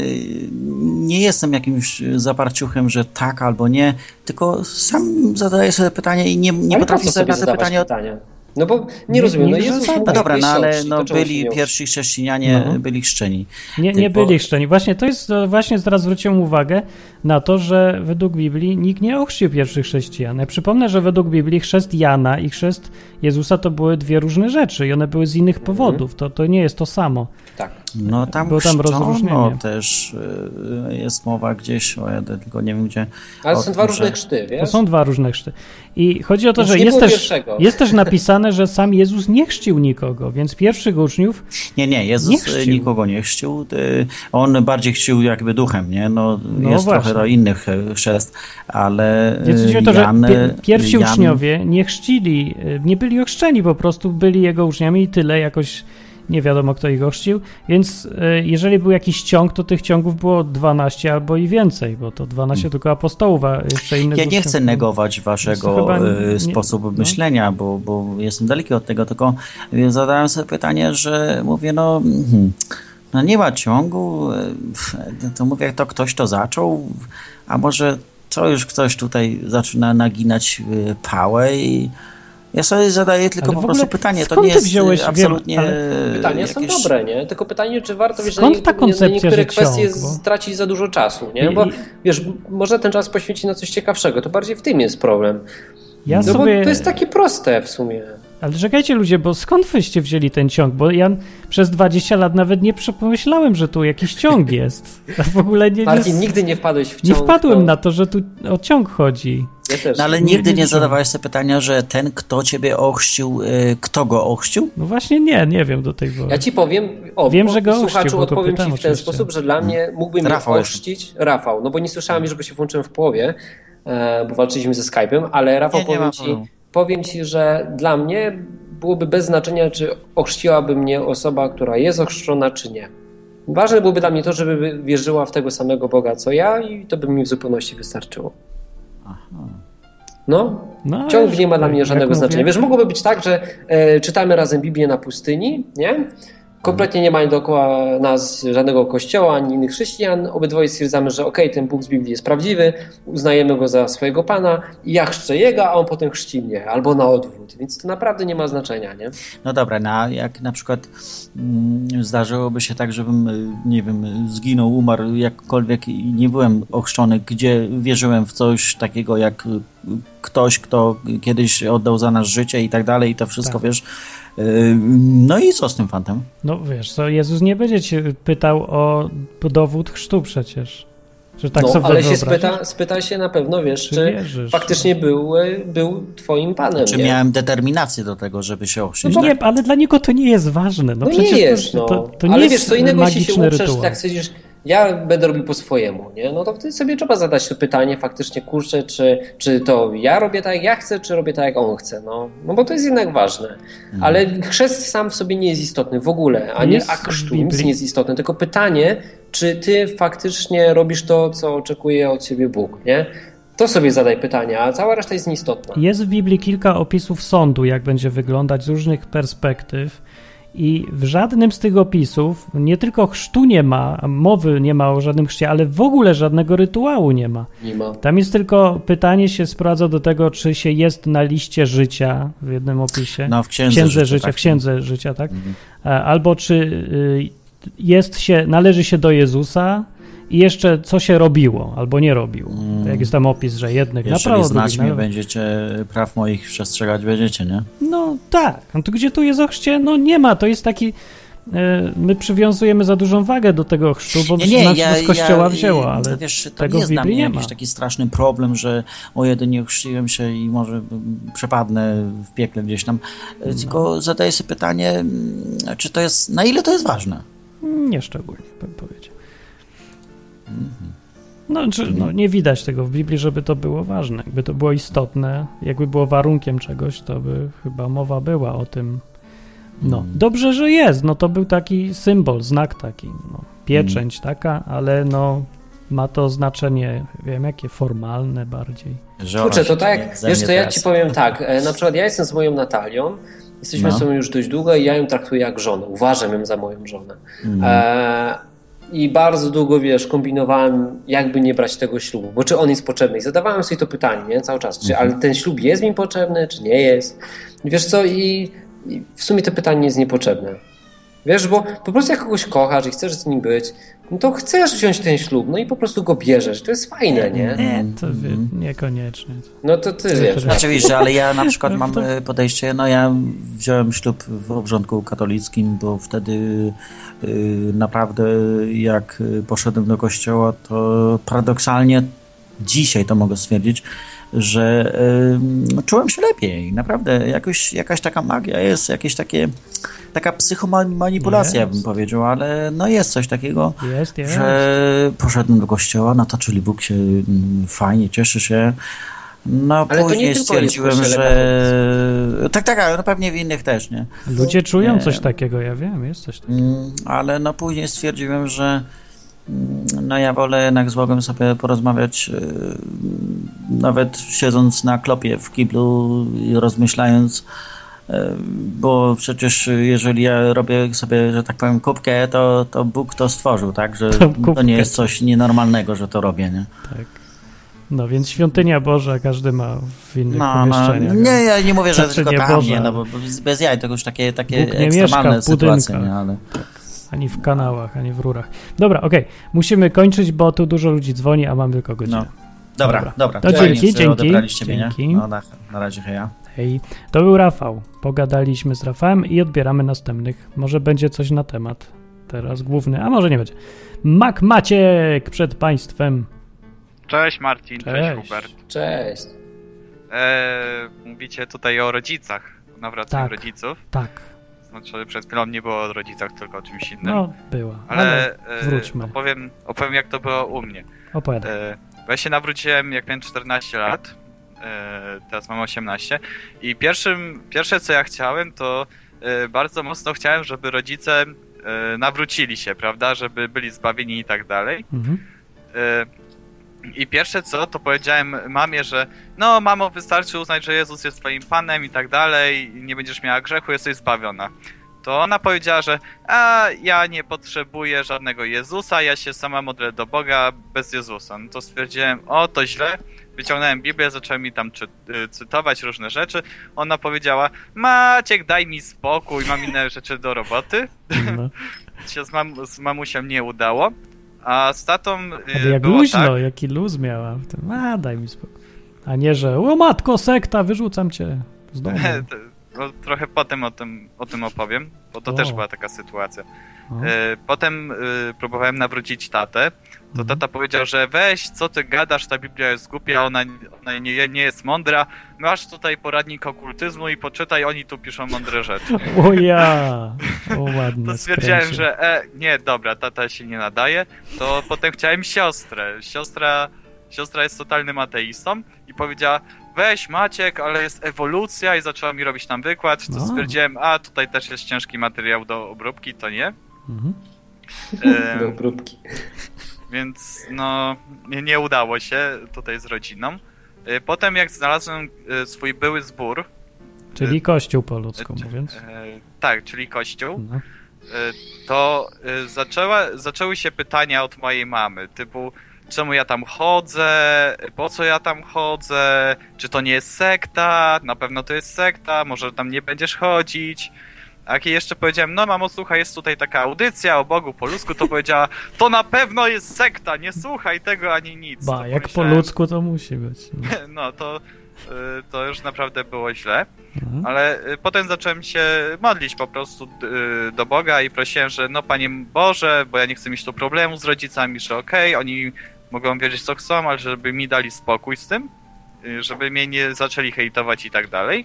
nie jestem jakimś zaparciuchem, że tak albo nie, tylko sam zadaję sobie pytanie i nie, nie potrafię sobie na to pytanie... pytania? No bo nie rozumiem, no Jezus mówi, no dobra, no ale no, to byli pierwsi chrześcijanie, no. byli chrzczeni. Nie, nie byli chrzczeni. Właśnie to jest, właśnie teraz zwróciłem uwagę na to, że według Biblii nikt nie ochrzcił pierwszych chrześcijan. Ja przypomnę, że według Biblii chrzest Jana i chrzest Jezusa to były dwie różne rzeczy i one były z innych powodów. To, to nie jest to samo. Tak. No tam, Było tam rozróżnienie. Też jest mowa gdzieś, o ja tylko nie wiem gdzie. Ale są dwa różne chrzty, wiesz? To są dwa różne chrzty. I chodzi o to, więc że jest też, jest też napisane, że sam Jezus nie chrzcił nikogo, więc pierwszych uczniów Nie, nie, Jezus nie nikogo nie chrzcił. On bardziej chrzcił jakby duchem, nie? No, no jest właśnie. Trochę do innych chrzest, ale Więc to, Jan, że pierwsi Jan... uczniowie nie chrzcili, nie byli ochrzczeni, po prostu byli jego uczniami i tyle, jakoś nie wiadomo, kto ich ochrzcił, więc jeżeli był jakiś ciąg, to tych ciągów było dwanaście albo i więcej, bo to dwanaście hmm. tylko apostołów, a jeszcze innych... Ja nie chcę negować waszego nie, sposobu nie, myślenia, no. bo, bo jestem daleki od tego, tylko zadałem sobie pytanie, że mówię, no, no nie ma ciągu, to mówię, to ktoś to zaczął, a może to już ktoś tutaj zaczyna naginać pałę i ja sobie zadaję tylko po prostu pytanie, to nie jest wziąłeś, absolutnie... Wiem, pytania jakieś... są dobre, nie? Tylko pytanie, czy warto wiesz, skąd ta koncepcja, na niektóre kwestie ciąg, bo... stracić za dużo czasu, nie? Bo wiesz, można ten czas poświęcić na coś ciekawszego, to bardziej w tym jest problem. Ja no sobie... bo to jest takie proste w sumie. Ale czekajcie ludzie, bo skąd wyście wzięli ten ciąg? Bo ja przez dwadzieścia lat nawet nie pomyślałem, że tu jakiś ciąg jest. Ja w ogóle nie... Marcin, nigdy nie wpadłeś w ciąg. Nie wpadłem to... na to, że tu o ciąg chodzi. Ja też. No ale nie, nigdy nie, nie zadawałeś sobie pytania, że ten, kto ciebie ochrzcił, yy, kto go ochrzcił? No właśnie nie, nie wiem do tej pory. Ja ci powiem, o, wiem, że go słuchaczu, ochrzcił, odpowiem pytam, ci w ten oczywiście. sposób, że dla mnie mógłby mnie ochrzcić Rafał, no bo nie słyszałem, żeby się włączyłem w połowie, e, bo walczyliśmy ze Skype'em, ale Rafał, nie, nie powiem, ci, powiem ci, że dla mnie byłoby bez znaczenia, czy ochrzciłaby mnie osoba, która jest ochrzczona, czy nie. Ważne byłoby dla mnie to, żeby wierzyła w tego samego Boga, co ja i to by mi w zupełności wystarczyło. Aha. No, No, ciąg nie ma dla mnie jak żadnego mówię. znaczenia. Wiesz, mogłoby być tak, że e, czytamy razem Biblię na pustyni, nie? Kompletnie nie ma dookoła nas żadnego kościoła, ani innych chrześcijan. Obydwoje stwierdzamy, że okej, okay, ten Bóg z Biblii jest prawdziwy, uznajemy go za swojego Pana i ja chrzczę Jego, a On potem chrzci mnie, albo na odwrót. Więc to naprawdę nie ma znaczenia, nie? No dobra, no, jak na przykład mm, zdarzyłoby się tak, żebym, nie wiem, zginął, umarł jakkolwiek i nie byłem ochrzczony, gdzie wierzyłem w coś takiego jak ktoś, kto kiedyś oddał za nas życie i tak dalej i to wszystko, tak. Wiesz. No i co z tym fantem? No wiesz co, Jezus nie będzie cię pytał o dowód chrztu przecież. Że tak no, sobie ale się spyta, spyta się na pewno, wiesz, czy, czy wierzysz, faktycznie był, był twoim panem. Czy nie? miałem determinację do tego, żeby się ochrzcić? No nie, ale dla niego to nie jest ważne. No, no przecież nie jest, to, no. to, to nie ale jest wiesz, co innego, jeśli się uprzesz, rytuał. tak stwierdzisz, ja będę robił po swojemu, nie? No to wtedy sobie trzeba zadać to pytanie faktycznie, kurczę, czy, czy to ja robię tak, jak ja chcę, czy robię tak, jak on chce, no. No bo to jest jednak ważne. Hmm. Ale chrzest sam w sobie nie jest istotny w ogóle, a nie akt chrztu, nic nie jest istotne, tylko pytanie, czy ty faktycznie robisz to, co oczekuje od ciebie Bóg, nie? To sobie zadaj pytanie, a cała reszta jest nieistotna. Jest w Biblii kilka opisów sądu, jak będzie wyglądać z różnych perspektyw. I w żadnym z tych opisów nie tylko chrztu nie ma, mowy nie ma o żadnym chrzcie, ale w ogóle żadnego rytuału nie ma. Nie ma. Tam jest tylko pytanie się sprowadza do tego, czy się jest na liście życia w jednym opisie. No, w księdze, księdze życia, życia, tak. w księdze życia, tak? Mhm. Albo czy jest się, należy się do Jezusa i jeszcze co się robiło albo nie robiło. Mm. Jak jest tam opis, że jednych Jeżeli na prawo, znać drugi mnie na... będziecie, praw moich przestrzegać będziecie, nie? No tak. No to gdzie tu jest o chrzcie? No nie ma. To jest taki... My przywiązujemy za dużą wagę do tego chrztu, bo nie, nie, nas ja, z kościoła ja, wzięło, ale wiesz, to tego nie w Biblii nie ma. jakiś taki straszny problem, że o jedynie ochrzciłem się i może przepadnę w piekle gdzieś tam. No. Tylko zadaję sobie pytanie, czy to jest, na ile to jest ważne? Nie szczególnie, bym powiedział. Mhm. No, czy, no, nie widać tego w Biblii, żeby to było ważne. Jakby to było istotne, jakby było warunkiem czegoś, to by chyba mowa była o tym. No, mm. dobrze, że jest. No to był taki symbol, znak taki, no, pieczęć mm. taka, ale no ma to znaczenie, wiem jakie, formalne bardziej. Kurczę, to tak, wiesz co, ja ci powiem tak, na przykład ja jestem z moją Natalią, jesteśmy no. sobą już dość długo i ja ją traktuję jak żonę, uważam ją za moją żonę. Mm. E, I bardzo długo, wiesz, kombinowałem, jakby nie brać tego ślubu, bo czy on jest potrzebny. I zadawałem sobie to pytanie, nie, cały czas, czy, ale ten ślub jest mi potrzebny, czy nie jest. I wiesz co, i, i w sumie to pytanie jest niepotrzebne. Wiesz, bo po prostu jak kogoś kochasz i chcesz z nim być, no to chcesz wziąć ten ślub, no i po prostu go bierzesz. To jest fajne, nie? Nie, to wie, niekoniecznie. No to ty wiesz. Oczywiście, ale ja na przykład mam podejście, no ja wziąłem ślub w obrządku katolickim, bo wtedy yy, naprawdę jak poszedłem do kościoła, to paradoksalnie dzisiaj to mogę stwierdzić, że yy, czułem się lepiej. Naprawdę jakoś, jakaś taka magia jest, jakieś takie taka psychomanipulacja, jest. bym powiedział, ale no jest coś takiego, jest, jest. że poszedłem do kościoła, no to czyli Bóg się fajnie cieszy się. No ale później stwierdziłem, że... Tak, tak, no pewnie w innych też, nie? Ludzie czują nie. coś takiego, ja wiem, jest coś takiego. Ale no później stwierdziłem, że no ja wolę jednak z Bogiem sobie porozmawiać, nawet siedząc na klopie w kiblu i rozmyślając, bo przecież jeżeli ja robię sobie, że tak powiem, kubkę, to, to Bóg to stworzył, tak? Że to nie jest coś nienormalnego, że to robię, nie? Tak. No więc świątynia Boża każdy ma w innych no, pomieszczeniach. No, nie, ja nie mówię, że tylko tam, Boże, nie, no bo bez jaj to już takie, takie Bóg nie ekstremalne sytuacje, nie? Ale... Tak. Ani w kanałach, ani w rurach. Dobra, okej. Okay. Musimy kończyć, bo tu dużo ludzi dzwoni, a mamy tylko godzinę. No. Dobra, dobra. dobra. To dzięki, dzięki. dzięki. No, na, na razie, heja. Hej, to był Rafał. Pogadaliśmy z Rafałem i odbieramy następnych. Może będzie coś na temat teraz główny, a może nie będzie. Mac Maciek przed państwem. Cześć Marcin, cześć, cześć Hubert. Cześć. Eee, mówicie tutaj o rodzicach, nawracaniu tak, rodziców. Tak. Znaczy przed chwilą nie było o rodzicach, tylko o czymś innym. No, było, ale, ale wróćmy. Opowiem, opowiem jak to było u mnie. Opowiadaj. Eee, ja się nawróciłem jak miałem czternaście lat. Teraz mam osiemnaście i pierwszym, pierwsze co ja chciałem to bardzo mocno chciałem, żeby rodzice nawrócili się, prawda, żeby byli zbawieni i tak dalej. Mhm. I pierwsze co, to powiedziałem mamie, że no mamo, wystarczy uznać, że Jezus jest twoim Panem i tak dalej, nie będziesz miała grzechu, jesteś zbawiona. To ona powiedziała, że a ja nie potrzebuję żadnego Jezusa, ja się sama modlę do Boga bez Jezusa. No to stwierdziłem, o to źle, wyciągnąłem Biblię, zacząłem mi tam czy, y, cytować różne rzeczy. Ona powiedziała, Maciek, daj mi spokój, mam inne rzeczy do roboty. No. się z, mam, z mamusią nie udało. A z tatą Ale jak było luźno, tak, jaki luz miała w tym. A, daj mi spokój. A nie, że o matko, sekta, wyrzucam cię z domu. No, trochę potem o tym, o tym opowiem, bo to o. też była taka sytuacja. E, potem e, próbowałem nawrócić tatę, to tata powiedział, że weź, co ty gadasz, ta Biblia jest głupia, ona, ona nie, nie jest mądra, masz tutaj poradnik okultyzmu i poczytaj, oni tu piszą mądre rzeczy. O ja! O ładnie. To stwierdziłem, że e, nie, dobra, tata się nie nadaje, to potem chciałem siostrę. Siostra, siostra jest totalnym ateistą i powiedziała, weź Maciek, ale jest ewolucja i zaczęła mi robić tam wykład, to no. stwierdziłem, a tutaj też jest ciężki materiał do obróbki, to nie. Mhm. E, do obróbki. Więc no, nie, nie udało się tutaj z rodziną. Potem jak znalazłem swój były zbór... Czyli kościół po ludzku mówiąc. E, tak, czyli kościół. No. To zaczęła, zaczęły się pytania od mojej mamy, typu czemu ja tam chodzę, po co ja tam chodzę, czy to nie jest sekta, na pewno to jest sekta, może tam nie będziesz chodzić. A jak jej jeszcze powiedziałem, no mamo, słuchaj, jest tutaj taka audycja o Bogu po ludzku, to powiedziała, to na pewno jest sekta, nie słuchaj tego ani nic. Ba, to jak po ludzku to musi być. No, no to, to już naprawdę było źle, mhm. ale potem zacząłem się modlić po prostu do Boga i prosiłem, że no Panie Boże, bo ja nie chcę mieć tu problemu z rodzicami, że okej, okay, oni mogą wiedzieć co chcą, ale żeby mi dali spokój z tym, żeby mnie nie zaczęli hejtować i tak dalej.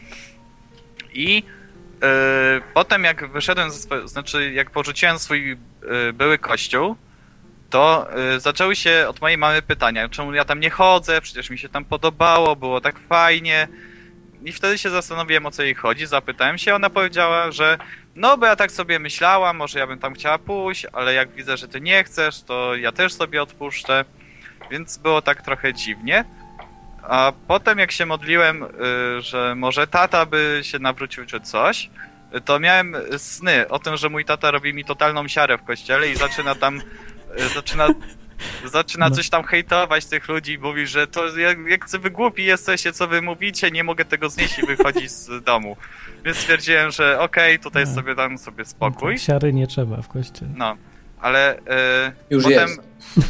I Yy, potem jak wyszedłem, ze swe... znaczy jak porzuciłem swój yy, były kościół, to yy, zaczęły się od mojej mamy pytania, czemu ja tam nie chodzę, przecież mi się tam podobało, było tak fajnie. I wtedy się zastanowiłem, o co jej chodzi, zapytałem się, ona powiedziała, że no bo ja tak sobie myślałam, może ja bym tam chciała pójść, ale jak widzę, że ty nie chcesz, to ja też sobie odpuszczę, więc było tak trochę dziwnie. A potem jak się modliłem, y, że może tata by się nawrócił czy coś, to miałem sny o tym, że mój tata robi mi totalną siarę w kościele i zaczyna tam, y, zaczyna, zaczyna coś tam hejtować tych ludzi, mówi, że to jak, jak wy głupi jesteście, co wy mówicie, nie mogę tego znieść i wychodzi z domu. Więc stwierdziłem, że okej, okay, tutaj no. sobie dam sobie spokój. No siary nie trzeba w kościele. No, ale y, Już potem... jest.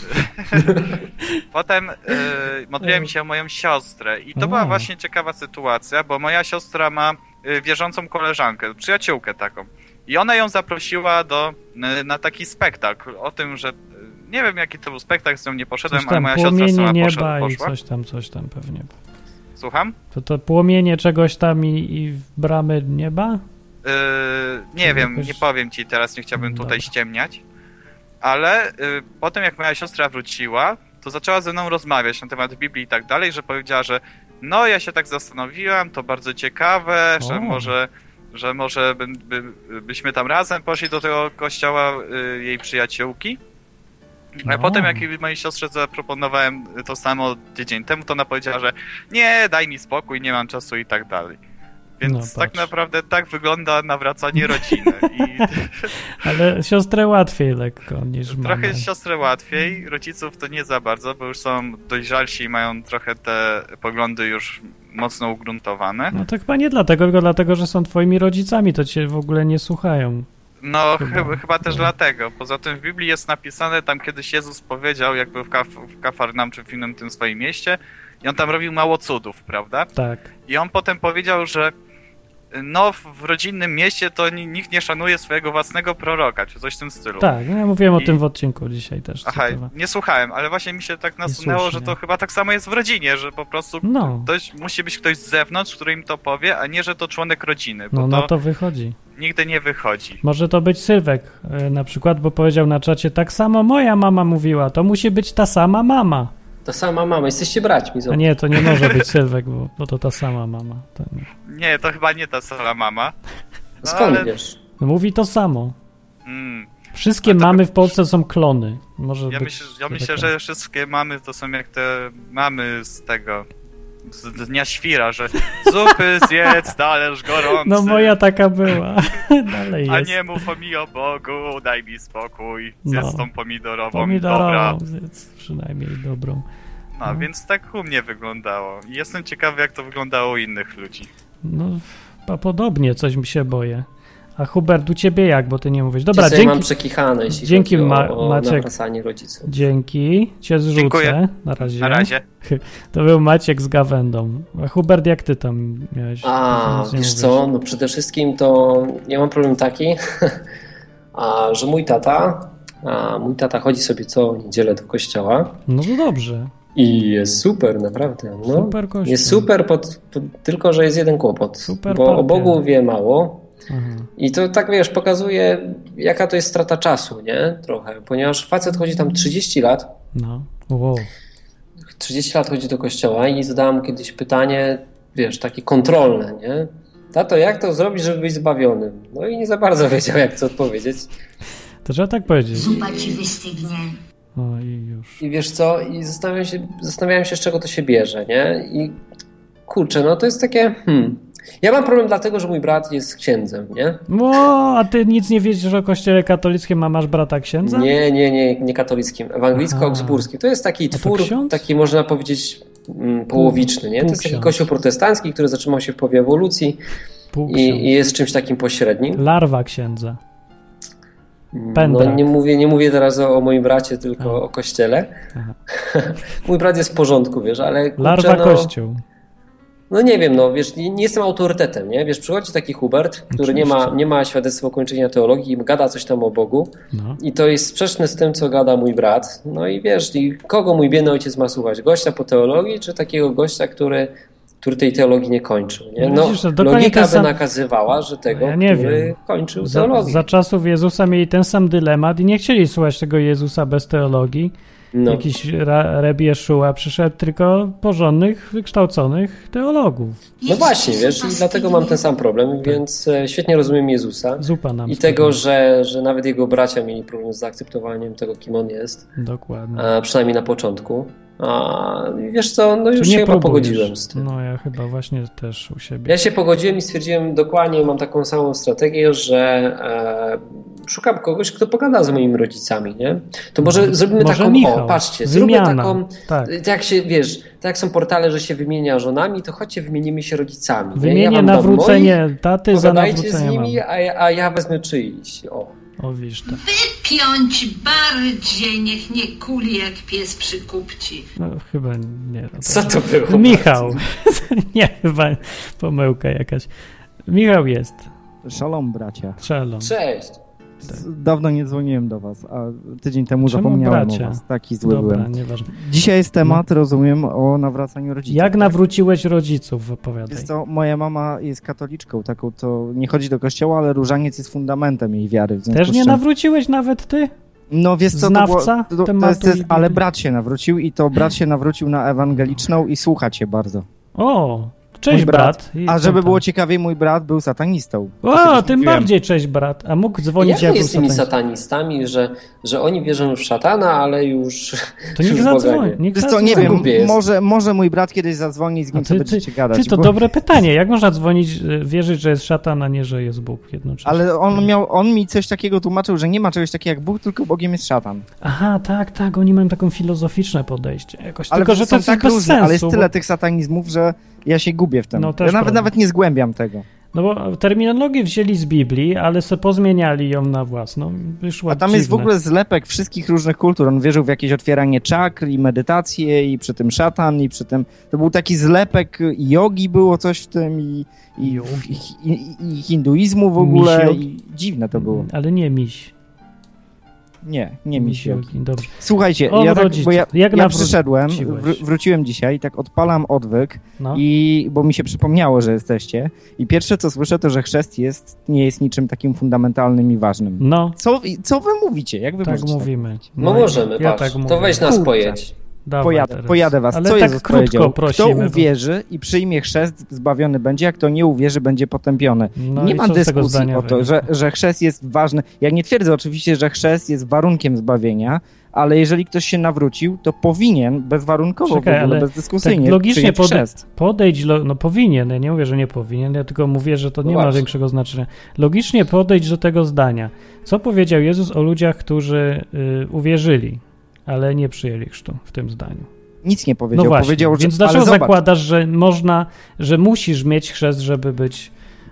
Potem y, modliłem się o moją siostrę i to była właśnie ciekawa sytuacja, bo moja siostra ma y, wierzącą koleżankę, przyjaciółkę taką. I ona ją zaprosiła do, y, na taki spektakl o tym, że y, nie wiem jaki to był spektakl, z nią nie poszedłem, coś tam, ale moja siostra sama nieba poszła, poszła. I coś tam, coś tam pewnie. Słucham? To to płomienie czegoś tam i, i bramy nieba? Yy, nie Czy wiem, jakoś... nie powiem ci teraz, nie chciałbym Dobra. tutaj ściemniać. Ale y, potem jak moja siostra wróciła, to zaczęła ze mną rozmawiać na temat Biblii i tak dalej, że powiedziała, że no ja się tak zastanowiłam, to bardzo ciekawe, o. że może, że może by, by, byśmy tam razem poszli do tego kościoła y, jej przyjaciółki. A no. potem jak mojej siostrze zaproponowałem to samo tydzień temu, to ona powiedziała, że nie, daj mi spokój, nie mam czasu i tak dalej. Więc no, tak naprawdę tak wygląda nawracanie rodziny. I... Ale siostrę łatwiej lekko niż mamę. Trochę siostrę łatwiej, rodziców to nie za bardzo, bo już są dojrzalsi i mają trochę te poglądy już mocno ugruntowane. No to chyba nie dlatego, tylko dlatego, że są twoimi rodzicami, to cię w ogóle nie słuchają. No chyba, chyba, chyba też no. dlatego. Poza tym w Biblii jest napisane, tam kiedyś Jezus powiedział, jakby w, Kaf- w Kafarnaum czy w innym tym swoim mieście, i on tam robił mało cudów, prawda? Tak. I on potem powiedział, że no w rodzinnym mieście to nikt nie szanuje swojego własnego proroka, czy coś w tym stylu. Tak, ja mówiłem I... o tym w odcinku dzisiaj też. Aha, nie słuchałem, ale właśnie mi się tak nasunęło, że to chyba tak samo jest w rodzinie, że po prostu no. ktoś, musi być ktoś z zewnątrz, który im to powie, a nie, że to członek rodziny. Bo no to na to wychodzi. Nigdy nie wychodzi. Może to być Sylwek na przykład, bo powiedział na czacie, tak samo moja mama mówiła, to musi być ta sama mama. Ta sama mama, jesteście braćmi. A nie, to nie może być Sylwek, bo, bo to ta sama mama. Ten... Nie, to chyba nie ta sama mama. No, skąd ale... wiesz? Mówi to samo. Mm. Wszystkie to mamy by- w Polsce są klony. Może Ja, być myślę, ja myślę, taka- że wszystkie mamy to są jak te mamy z tego, z Dnia Świra, że zupy zjedz, talerz gorący. No moja taka była. Dalej A jest. nie mów mi o Bogu, daj mi spokój, zjedz No. tą pomidorową, dobra. Pomidorową, zjedz przynajmniej dobrą. No, No. więc tak u mnie wyglądało. I jestem ciekawy, jak to wyglądało u innych ludzi. No, a podobnie coś mi się boję. A Hubert, u ciebie jak, bo ty nie mówisz. Dobra, Dzisiaj dzięki. mam przekichane, jeśli dzięki, chodzi Ma- o, o Maciek. nawracanie rodziców. Dzięki. Cię zrzucę. Dziękuję. Na razie. Na razie. To był Maciek z Gawędą. A Hubert, jak ty tam miałeś? A, Nic nie wiesz mówisz. co, no przede wszystkim to ja mam problem taki, a, że mój tata, a mój tata chodzi sobie co niedzielę do kościoła No to dobrze. i jest super, naprawdę. No, Super kościół. jest super, pod, pod, tylko że jest jeden kłopot, Super bo partia. o Bogu wie mało. Aha. I to tak, wiesz, pokazuje, jaka to jest strata czasu, nie? Trochę, ponieważ facet chodzi tam trzydzieści lat, No. Wow. trzydzieści lat chodzi do kościoła i zadałem mu kiedyś pytanie, wiesz, takie kontrolne, nie? Tato, jak to zrobić, żeby być zbawionym? No i nie za bardzo wiedział, jak co odpowiedzieć. To trzeba tak powiedzieć. Zupa ci wystygnie. O i już. I wiesz co, i zastanawiałem się, zastanawiałem się, z czego to się bierze, nie? I kurczę, no to jest takie, hmm... Ja mam problem dlatego, że mój brat jest księdzem, nie? O, a ty nic nie wiedziesz o kościele katolickim, a masz brata księdza? Nie, nie, nie, nie katolickim, ewangelicko-augsburskim. To jest taki to twór, ksiądz? taki można powiedzieć mm, połowiczny, nie? To jest taki Półksiądz. kościół protestancki, który zatrzymał się w połowie ewolucji Półksiądz. i, i jest czymś takim pośrednim. Larwa księdza. No Pędrak. nie mówię, nie mówię teraz o, o moim bracie, tylko A. o kościele. Aha. Mój brat jest w porządku, wiesz, ale kurczę, Larwa no, kościół. no nie wiem, no wiesz, nie, nie jestem autorytetem, nie? Wiesz, przychodzi taki Hubert, który nie ma, Oczywiście. nie ma świadectwa ukończenia teologii i gada coś tam o Bogu No. i to jest sprzeczne z tym, co gada mój brat. No i wiesz, i kogo mój biedny ojciec ma słuchać? Gościa po teologii, czy takiego gościa, który, który tej teologii nie kończył, nie? No No, widzisz, to dokładnie logika ten by sam- nakazywała, że tego, Ja nie który wiem. kończył Za, teologię. za czasów Jezusa mieli ten sam dylemat i nie chcieli słuchać tego Jezusa bez teologii. No. Jakiś ra, Rebi Jeszua przyszedł, tylko porządnych, wykształconych teologów. No właśnie, wiesz, i dlatego mam ten sam problem, więc e, świetnie rozumiem Jezusa Zupa nam i stygnie. tego, że, że nawet jego bracia mieli problem z zaakceptowaniem tego, kim on jest, Dokładnie. a przynajmniej na początku. A i wiesz co, no Czy już nie się chyba próbujesz? pogodziłem z tym. No ja chyba właśnie też u siebie. Ja się pogodziłem i stwierdziłem dokładnie, mam taką samą strategię, że e, szukam kogoś, kto pogada z moimi rodzicami, nie? To może No, zrobimy może taką, Michał. o patrzcie, Wymiana. zróbmy taką, Tak. tak jak się, wiesz, tak jak są portale, że się wymienia żonami, to chodźcie wymienimy się rodzicami. nie? Wymienię ja wam dam nawrócenie moich, taty za pogadajcie z nawrócenie nimi, mamy. a ja, a ja wezmę czyjś. O. O widzisz to. Wypiąć bardziej, niech nie kuli jak pies przy kupci. No chyba nie. No, Co to było? Michał. Nie, chyba pomyłka jakaś. Michał jest. Szalom, bracia. Strzelą. Cześć. Dawno nie dzwoniłem do was, a tydzień temu Czemu zapomniałem bracia? o was. Taki zły Dobra, byłem. nieważne. Dzisiaj jest temat, rozumiem, o nawracaniu rodziców. Jak tak? nawróciłeś rodziców, opowiadaj. Jest to, moja mama jest katoliczką, taką, co nie chodzi do kościoła, ale różaniec jest fundamentem jej wiary. W związku Też z nie czym- nawróciłeś nawet ty? No wiesz co, to, Znawca było, to, to tematu jest, to jest, i- ale brat się nawrócił i to brat się nawrócił na ewangeliczną i słucha cię bardzo. O, cześć Mój brat. I A co żeby tam? było ciekawiej, mój brat był satanistą. O, Kiedyś tym mówiłem. bardziej cześć brat. A mógł dzwonić Jak to jak jest z tymi satanista? satanistami, że, że oni wierzą w szatana, ale już, To już niech w Boga zadzwoni. nie. Niech Wiesz co, zadzwoni. nie To wiem, głupie jest. może, może mój brat kiedyś zadzwoni i z A nim ty, sobie ty, będziecie gadać. ty, to bo- dobre pytanie. Jak można dzwonić, y, wierzyć, że jest szatan, a nie, że jest Bóg jednocześnie? Ale on miał, on mi coś takiego tłumaczył, że nie ma czegoś takiego jak Bóg, tylko Bogiem jest szatan. Aha, tak, tak, oni mają taką filozoficzne podejście jakoś. Ale Tylko, że to są jest tak bez różne, sensu. ale jest tyle bo, tych satanizmów, że ja się gubię w tym. No, ja też nawet, prawda. nawet nie zgłębiam tego. no bo terminologię wzięli z Biblii, ale se pozmieniali ją na własną. Wyszło A tam dziwne. jest w ogóle zlepek wszystkich różnych kultur. On wierzył w jakieś otwieranie czakr i medytację i przy tym szatan i przy tym... To był taki zlepek jogi, było coś w tym i, i, i, i, i hinduizmu w ogóle. Miś jogi? I dziwne to było. Ale nie miś. Nie, nie miś jogi. Dobrze. Słuchajcie, O, ja, tak, rodziców. bo ja, Jak ja nawró- przyszedłem, wróciłeś? wr- wróciłem dzisiaj, tak odpalam odwyk, No. i bo mi się przypomniało, że jesteście i pierwsze co słyszę to, że chrzest jest, nie jest niczym takim fundamentalnym i ważnym. No, Co, co wy mówicie? Jak wy tak możecie mówimy. No możemy, ja patrz, tak to mówię. weź nas Kurczę. pojedź. Dawaj pojadę, teraz. pojadę was. Ale Co tak Jezus krótko powiedział? prosimy, Kto bo- uwierzy i przyjmie chrzest, zbawiony będzie, a kto nie uwierzy, będzie potępiony. No nie i ma co z tego dyskusji zdania o to, wynika? że, że chrzest jest ważny. Ja nie twierdzę oczywiście, że chrzest jest warunkiem zbawienia, ale jeżeli ktoś się nawrócił, to powinien bezwarunkowo, Czekaj, w ogóle ale bezdyskusyjnie tak logicznie przyjąć pode- chrzest. Podejdź, lo- no powinien, ja nie mówię, że nie powinien, ja tylko mówię, że to No nie ma właśnie. większego znaczenia. Logicznie podejdź do tego zdania. Co powiedział Jezus o ludziach, którzy y, uwierzyli, ale nie przyjęli chrztu w tym zdaniu? Nic nie powiedział. No właśnie, powiedział, że, więc dlaczego ale zobacz, zakładasz, że można, że musisz mieć chrzest, żeby być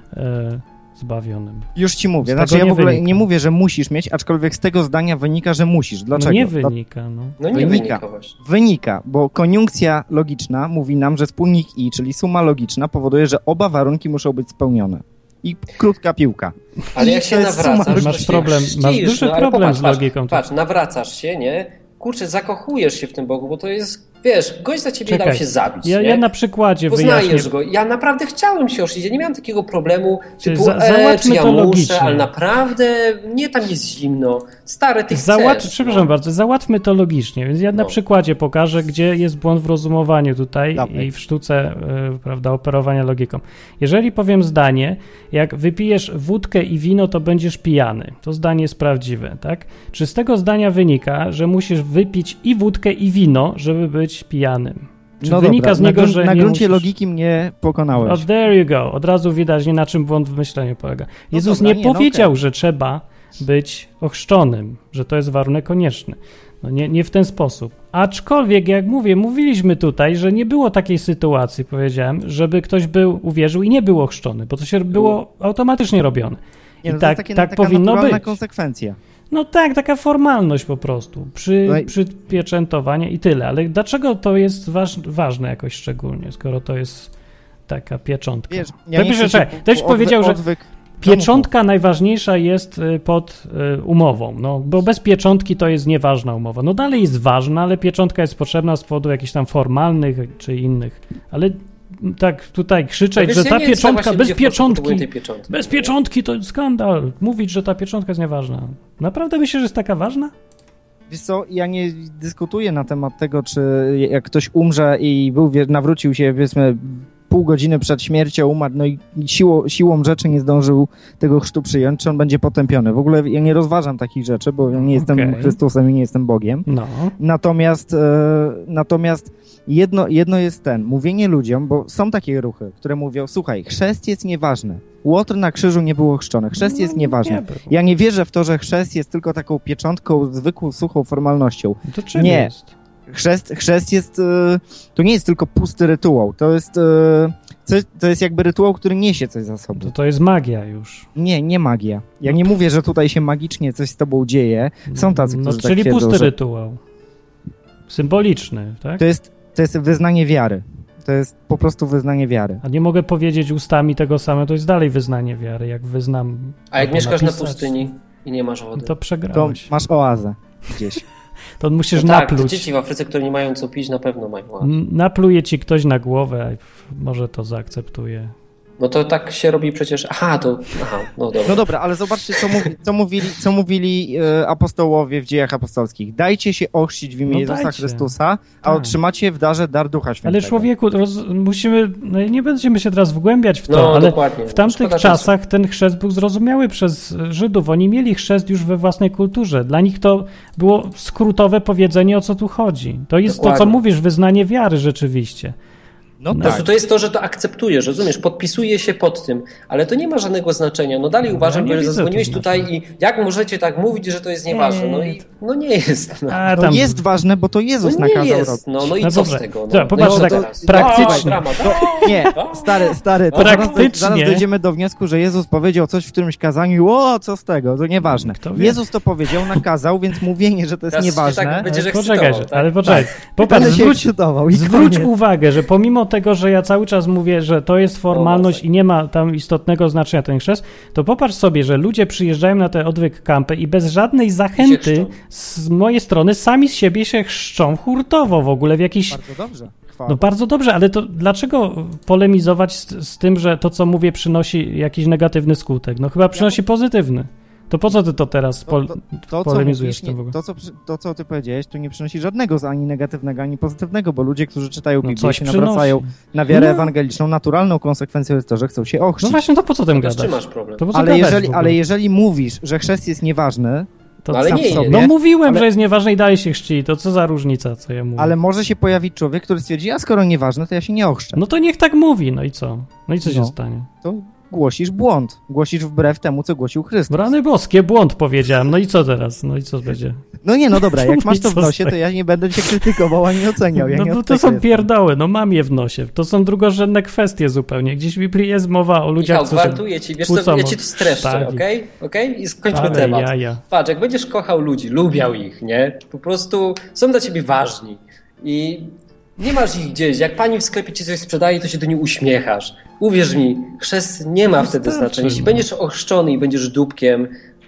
e, zbawionym? już ci mówię. Z Znaczy tego ja nie w ogóle wynika. nie mówię, że musisz mieć, aczkolwiek z tego zdania wynika, że musisz. Dlaczego? No nie Dla- wynika, no. No nie Wynika. wynika właśnie. Wynika, bo koniunkcja logiczna mówi nam, że wspólnik i, czyli suma logiczna powoduje, że oba warunki muszą być spełnione. I krótka piłka. Ale I jak to się jest nawracasz, suma- to Masz się problem- chrzcisz, masz duży no, ale problem popatrz, z patrz, logiką. Patrz, nawracasz się, nie? Kurczę, zakochujesz się w tym Bogu, bo to jest, wiesz, gość za ciebie Czekaj, dał się zabić, Ja, nie? ja na przykładzie Poznajesz wyjaśnię. go. Ja naprawdę chciałem się oszczędzić. Ja nie miałem takiego problemu, Czyli typu, za- e, załatwmy czy ja to muszę, logicznie. ale naprawdę nie, tam jest zimno. Stary, ty Załatw... chcesz. Przepraszam no. bardzo, załatwmy to logicznie, więc ja na No. przykładzie pokażę, gdzie jest błąd w rozumowaniu tutaj Dawaj. i w sztuce y, prawda, operowania logiką. Jeżeli powiem zdanie, jak wypijesz wódkę i wino, to będziesz pijany. To zdanie jest prawdziwe, tak? Czy z tego zdania wynika, że musisz wypić i wódkę i wino, żeby być pijanym? Czy No wynika dobra, z niego, na, grun- że na nie gruncie musisz... logiki mnie pokonałeś. Oh, there you go. Od razu widać, nie na czym błąd w myśleniu polega. Jezus dobra, nie, nie, no powiedział, okej. że trzeba być ochrzczonym, że to jest warunek konieczny. No nie, nie w ten sposób. Aczkolwiek, jak mówię, mówiliśmy tutaj, że nie było takiej sytuacji, powiedziałem, żeby ktoś był, uwierzył i nie był ochrzczony, bo to się było automatycznie robione. Nie, I no to tak, jest takie, tak taka powinno naturalna być. konsekwencja. No tak, taka formalność po prostu. Przy, No i- przypieczętowanie i tyle. Ale dlaczego to jest waż, ważne jakoś szczególnie, skoro to jest taka pieczątka? Wiesz, To ja nie pisze, chcę czekaj, się ktoś odwy- powiedział, że odwyk... pieczątka najważniejsza jest y, pod y, umową, no, bo bez pieczątki to jest nieważna umowa. No dalej jest ważna, ale pieczątka jest potrzebna z powodu jakichś tam formalnych czy innych. Ale m, tak tutaj krzyczeć, Wiesz, że ja ta nie wiem, co pieczątka, właśnie bez ludzie potrzebują pieczątki, tej pieczątki. bez pieczątki to skandal. Mówić, że ta pieczątka jest nieważna. Naprawdę myślisz, że jest taka ważna? Wiesz co, ja nie dyskutuję na temat tego, czy jak ktoś umrze i był, wie- nawrócił się, powiedzmy, pół godziny przed śmiercią, umarł, no i siłą, siłą rzeczy nie zdążył tego chrztu przyjąć, czy on będzie potępiony. W ogóle ja nie rozważam takich rzeczy, bo ja nie jestem Okej. Chrystusem i nie jestem Bogiem. No. Natomiast, e, natomiast jedno, jedno jest ten, mówienie ludziom, bo są takie ruchy, które mówią, słuchaj, chrzest jest nieważny. Łotr na krzyżu nie był ochrzczony, chrzest jest No, nieważny. nie był. Ja nie wierzę w to, że chrzest jest tylko taką pieczątką, zwykłą, suchą formalnością. To czym Nie. jest? Chrzest, chrzest jest, e, to nie jest tylko pusty rytuał, to jest, e, coś, to jest jakby rytuał, który niesie coś za sobą. To, to jest magia już. Nie, nie magia. Ja nie mówię, że tutaj się magicznie coś z tobą dzieje. Są tacy, No, którzy tak czyli twierdzą, pusty że rytuał. Symboliczny, tak? to jest, to jest wyznanie wiary. To jest po prostu wyznanie wiary. A nie mogę powiedzieć ustami tego samego, to jest dalej wyznanie wiary, jak wyznam. A jak albo mieszkasz napisać, na pustyni i nie masz wody? To To przegrałeś. masz oazę gdzieś. To musisz No tak, napluć. dzieci w Afryce, które nie mają co pić, na pewno mają ładę. N- Napluje ci ktoś na głowę, a f- może to zaakceptuje. No to tak się robi przecież... Aha, to... Aha, no dobra. No dobra, ale zobaczcie, co, mówi, co mówili, co mówili e, apostołowie w dziejach apostolskich. Dajcie się ochrzcić w imię No Jezusa dajcie. Chrystusa, a Tak. otrzymacie w darze dar Ducha Świętego. Ale człowieku, roz, musimy, no i nie będziemy się teraz wgłębiać w to, No, ale dokładnie. w tamtych Szkoda czasach ten chrzest był zrozumiały przez Żydów. Oni mieli chrzest już we własnej kulturze. Dla nich to było skrótowe powiedzenie, o co tu chodzi. To jest to, co Dokładnie. mówisz, wyznanie wiary rzeczywiście. No No. Po tak. prostu to jest to, że to akceptujesz, rozumiesz, podpisuje się pod tym, ale to nie ma żadnego znaczenia. No dalej No, uważam, ja nie że widzę zadzwoniłeś tu tutaj znaczenia. i jak możecie tak mówić, że to jest nieważne? No i no nie jest. No, A, To tam, jest ważne, bo to Jezus no nie nakazał robić. jest. No, no i No co dobrze. z tego? No, Dobra, popatrz, no i tak co teraz? praktycznie. O, dramat. Nie, stary, stary, to zaraz, doj- Praktycznie. zaraz dojdziemy do wniosku, że Jezus powiedział coś w którymś kazaniu, o, co z tego, to nieważne. Kto wie? Jezus to powiedział, nakazał, więc mówienie, że to jest Teraz się nieważne, tak będziesz Ale ekscytował, poczekaj, że- tak? ale poczekaj. Popatrz, będę się zwróć, ekscytował i zwróć koniec. uwagę, że pomimo tego, że ja cały czas mówię, że to jest formalność masakra. i nie ma tam istotnego znaczenia ten chrzest, to popatrz sobie, że ludzie przyjeżdżają na te odwyk kampy i bez żadnej zachęty chrzczą. z mojej strony sami z siebie się chrzczą hurtowo w ogóle w jakiś... Bardzo dobrze. Chwała. No bardzo dobrze, ale to dlaczego polemizować z, z tym, że to, co mówię, przynosi jakiś negatywny skutek? No chyba przynosi pozytywny. To po co ty to teraz pol- to, to, to, polemizujesz mówisz, z tym w ogóle? To co, to, co ty powiedziałeś, to nie przynosi żadnego z ani negatywnego, ani pozytywnego, bo ludzie, którzy czytają No Biblię, coś się przynosi. nawracają na wiarę No. ewangeliczną, naturalną konsekwencją jest to, że chcą się ochrzcić. No właśnie, to po co tym To gadać? z czym masz problem? To po co ale, gadać jeżeli, w ogóle? ale jeżeli mówisz, że chrzest jest nieważny, To No ale sam nie w jest. sobie, No mówiłem, ale- że jest nieważne i dalej się chrzci. To co za różnica, co ja mówię? ale może się pojawić człowiek, który stwierdzi, a skoro nieważne, to ja się nie ochrzczę. No to niech tak mówi, no i co? No i co się No. stanie? To głosisz błąd. Głosisz wbrew temu, co głosił Chrystus. Rany boskie, błąd powiedziałem. No i co teraz? No i co będzie? No nie, no dobra, jak masz to w Co z nosie, to tego? ja nie będę cię krytykował ani oceniał. Ja No nie bo od to tego są jestem. pierdoły, no mam je w nosie. To są drugorzędne kwestie zupełnie. Gdzieś w Biblii jest mowa o ludziach, Michał, co się gwarantuję ci, wiesz co, kłócą ja o ci to streszczę, sztagi. okej? Okej? I skończmy Ale temat. jaja. Patrz, jak będziesz kochał ludzi, lubiał ich, nie? Po prostu są dla ciebie ważni i nie masz ich gdzieś. Jak pani w sklepie ci coś sprzedaje, to się do niej uśmiechasz. Uwierz mi, chrzest nie ma wtedy Wystarczy, znaczenia. Jeśli no. będziesz ochrzczony i będziesz dupkiem,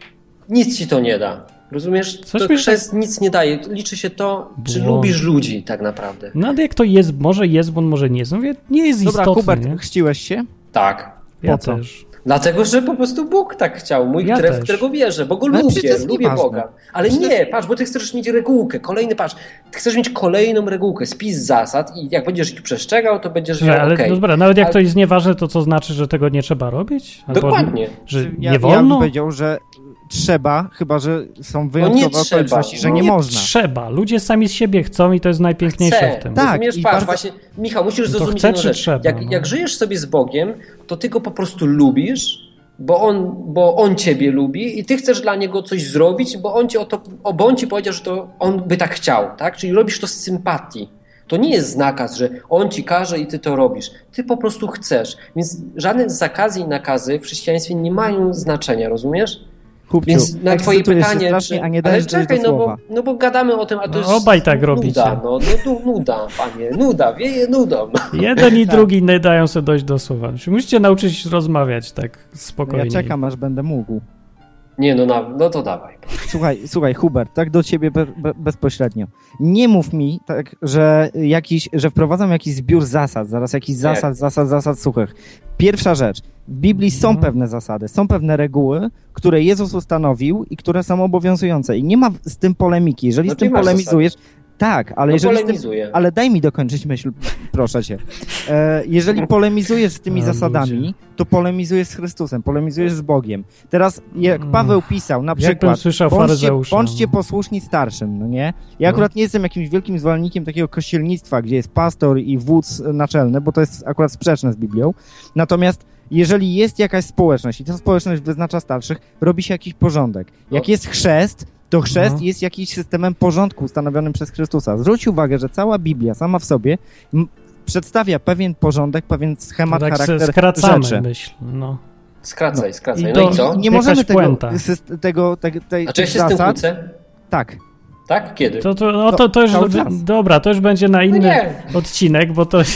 nic ci to nie da. Rozumiesz? Coś To mi- chrzest nic nie daje. Liczy się to, czy Błąd. lubisz ludzi tak naprawdę. No ale jak to jest, może jest błąd, może nie jest. No mówię, nie jest Dobra, istotne, Hubert, nie? chrzciłeś się? Tak. Ja po co? też. Dlatego, że po prostu Bóg tak chciał, mój, Ja które, też. w którego wierzę, bo go Ale przecież to lubię, jest lubię nieważne. Boga. Ale Przecież to nie, patrz, bo ty chcesz mieć regułkę, kolejny, patrz, ty chcesz mieć kolejną regułkę, spis zasad i jak będziesz ich przestrzegał, to będziesz Że, miał ale okej. no dobra, nawet jak Ale- to jest nieważne, to co znaczy, że tego nie trzeba robić? Albo, Dokładnie. Że Ja, nie ja bym wolno? powiedział, że trzeba, chyba że są nie wyjątkowe trzeba. okoliczności, że No nie, nie można. Trzeba. Ludzie sami z siebie chcą i to jest najpiękniejsze Chcę. w tym. Tak, Rozumiesz? i Patrz, bardzo- właśnie, Michał, musisz to zrozumieć chce, jedną czy rzecz. trzeba, Jak, no? jak żyjesz sobie z Bogiem, to ty go po prostu lubisz, bo on, bo on ciebie lubi i ty chcesz dla niego coś zrobić, bo on ci, o to, o, bo on ci powiedział, że to on by tak chciał, tak? Czyli robisz to z sympatii. To nie jest nakaz, że on ci każe i ty to robisz. Ty po prostu chcesz. Więc żadne zakazy i nakazy w chrześcijaństwie nie mają znaczenia, rozumiesz? Kupciu, Więc na twoje ekscytujesz się pytanie, strasznie, czy... a nie ale dajesz dojść czekaj, do no bo, słowa. no bo gadamy o tym, a to No, jest obaj tak nuda, robicie. no, no, no nuda, panie, nuda, wieje nudą. Jeden i drugi nie dają sobie dojść do słowa. Musicie nauczyć się rozmawiać tak spokojnie. Ja czekam, aż będę mógł. Nie, no, na, no to dawaj. Słuchaj, słuchaj, Hubert, tak do ciebie be, be, bezpośrednio. Nie mów mi, tak, że jakiś, że wprowadzam jakiś zbiór zasad, zaraz jakiś zasad, zasad, zasad suchych. Pierwsza rzecz. W Biblii są Mhm. pewne zasady, są pewne reguły, które Jezus ustanowił i które są obowiązujące. I nie ma z tym polemiki. Jeżeli No z ty tym masz polemizujesz, tak, ale No jeżeli z tym, polemizuję. ale daj mi dokończyć myśl, proszę cię. E, jeżeli polemizujesz z tymi A, zasadami, ludzie. to polemizujesz z Chrystusem, polemizujesz z Bogiem. Teraz, jak Mm. Paweł pisał, na Jakbym przykład, słyszał bądźcie, faryzeusza, bądźcie no. posłuszni starszym, no nie? Ja No. akurat nie jestem jakimś wielkim zwolennikiem takiego kościelnictwa, gdzie jest pastor i wódz naczelny, bo to jest akurat sprzeczne z Biblią. Natomiast jeżeli jest jakaś społeczność i ta społeczność wyznacza starszych, robi się jakiś porządek. Jak No. jest chrzest, to chrzest No. jest jakiś systemem porządku ustanowionym przez Chrystusa. Zwróć uwagę, że cała Biblia sama w sobie m, przedstawia pewien porządek, pewien schemat, tak se charakter skracamy rzeczy. myśl. No. Skracaj, skracaj. I No do- i co? Nie Jakaś możemy tego, puenta. syst- tego, te, tej, A czy ja tych się z tym zasad... kłócę? Tak. Tak? Kiedy? To, to, no, to, to już, cały czas. dobra, to już będzie na inny nie. odcinek, bo to,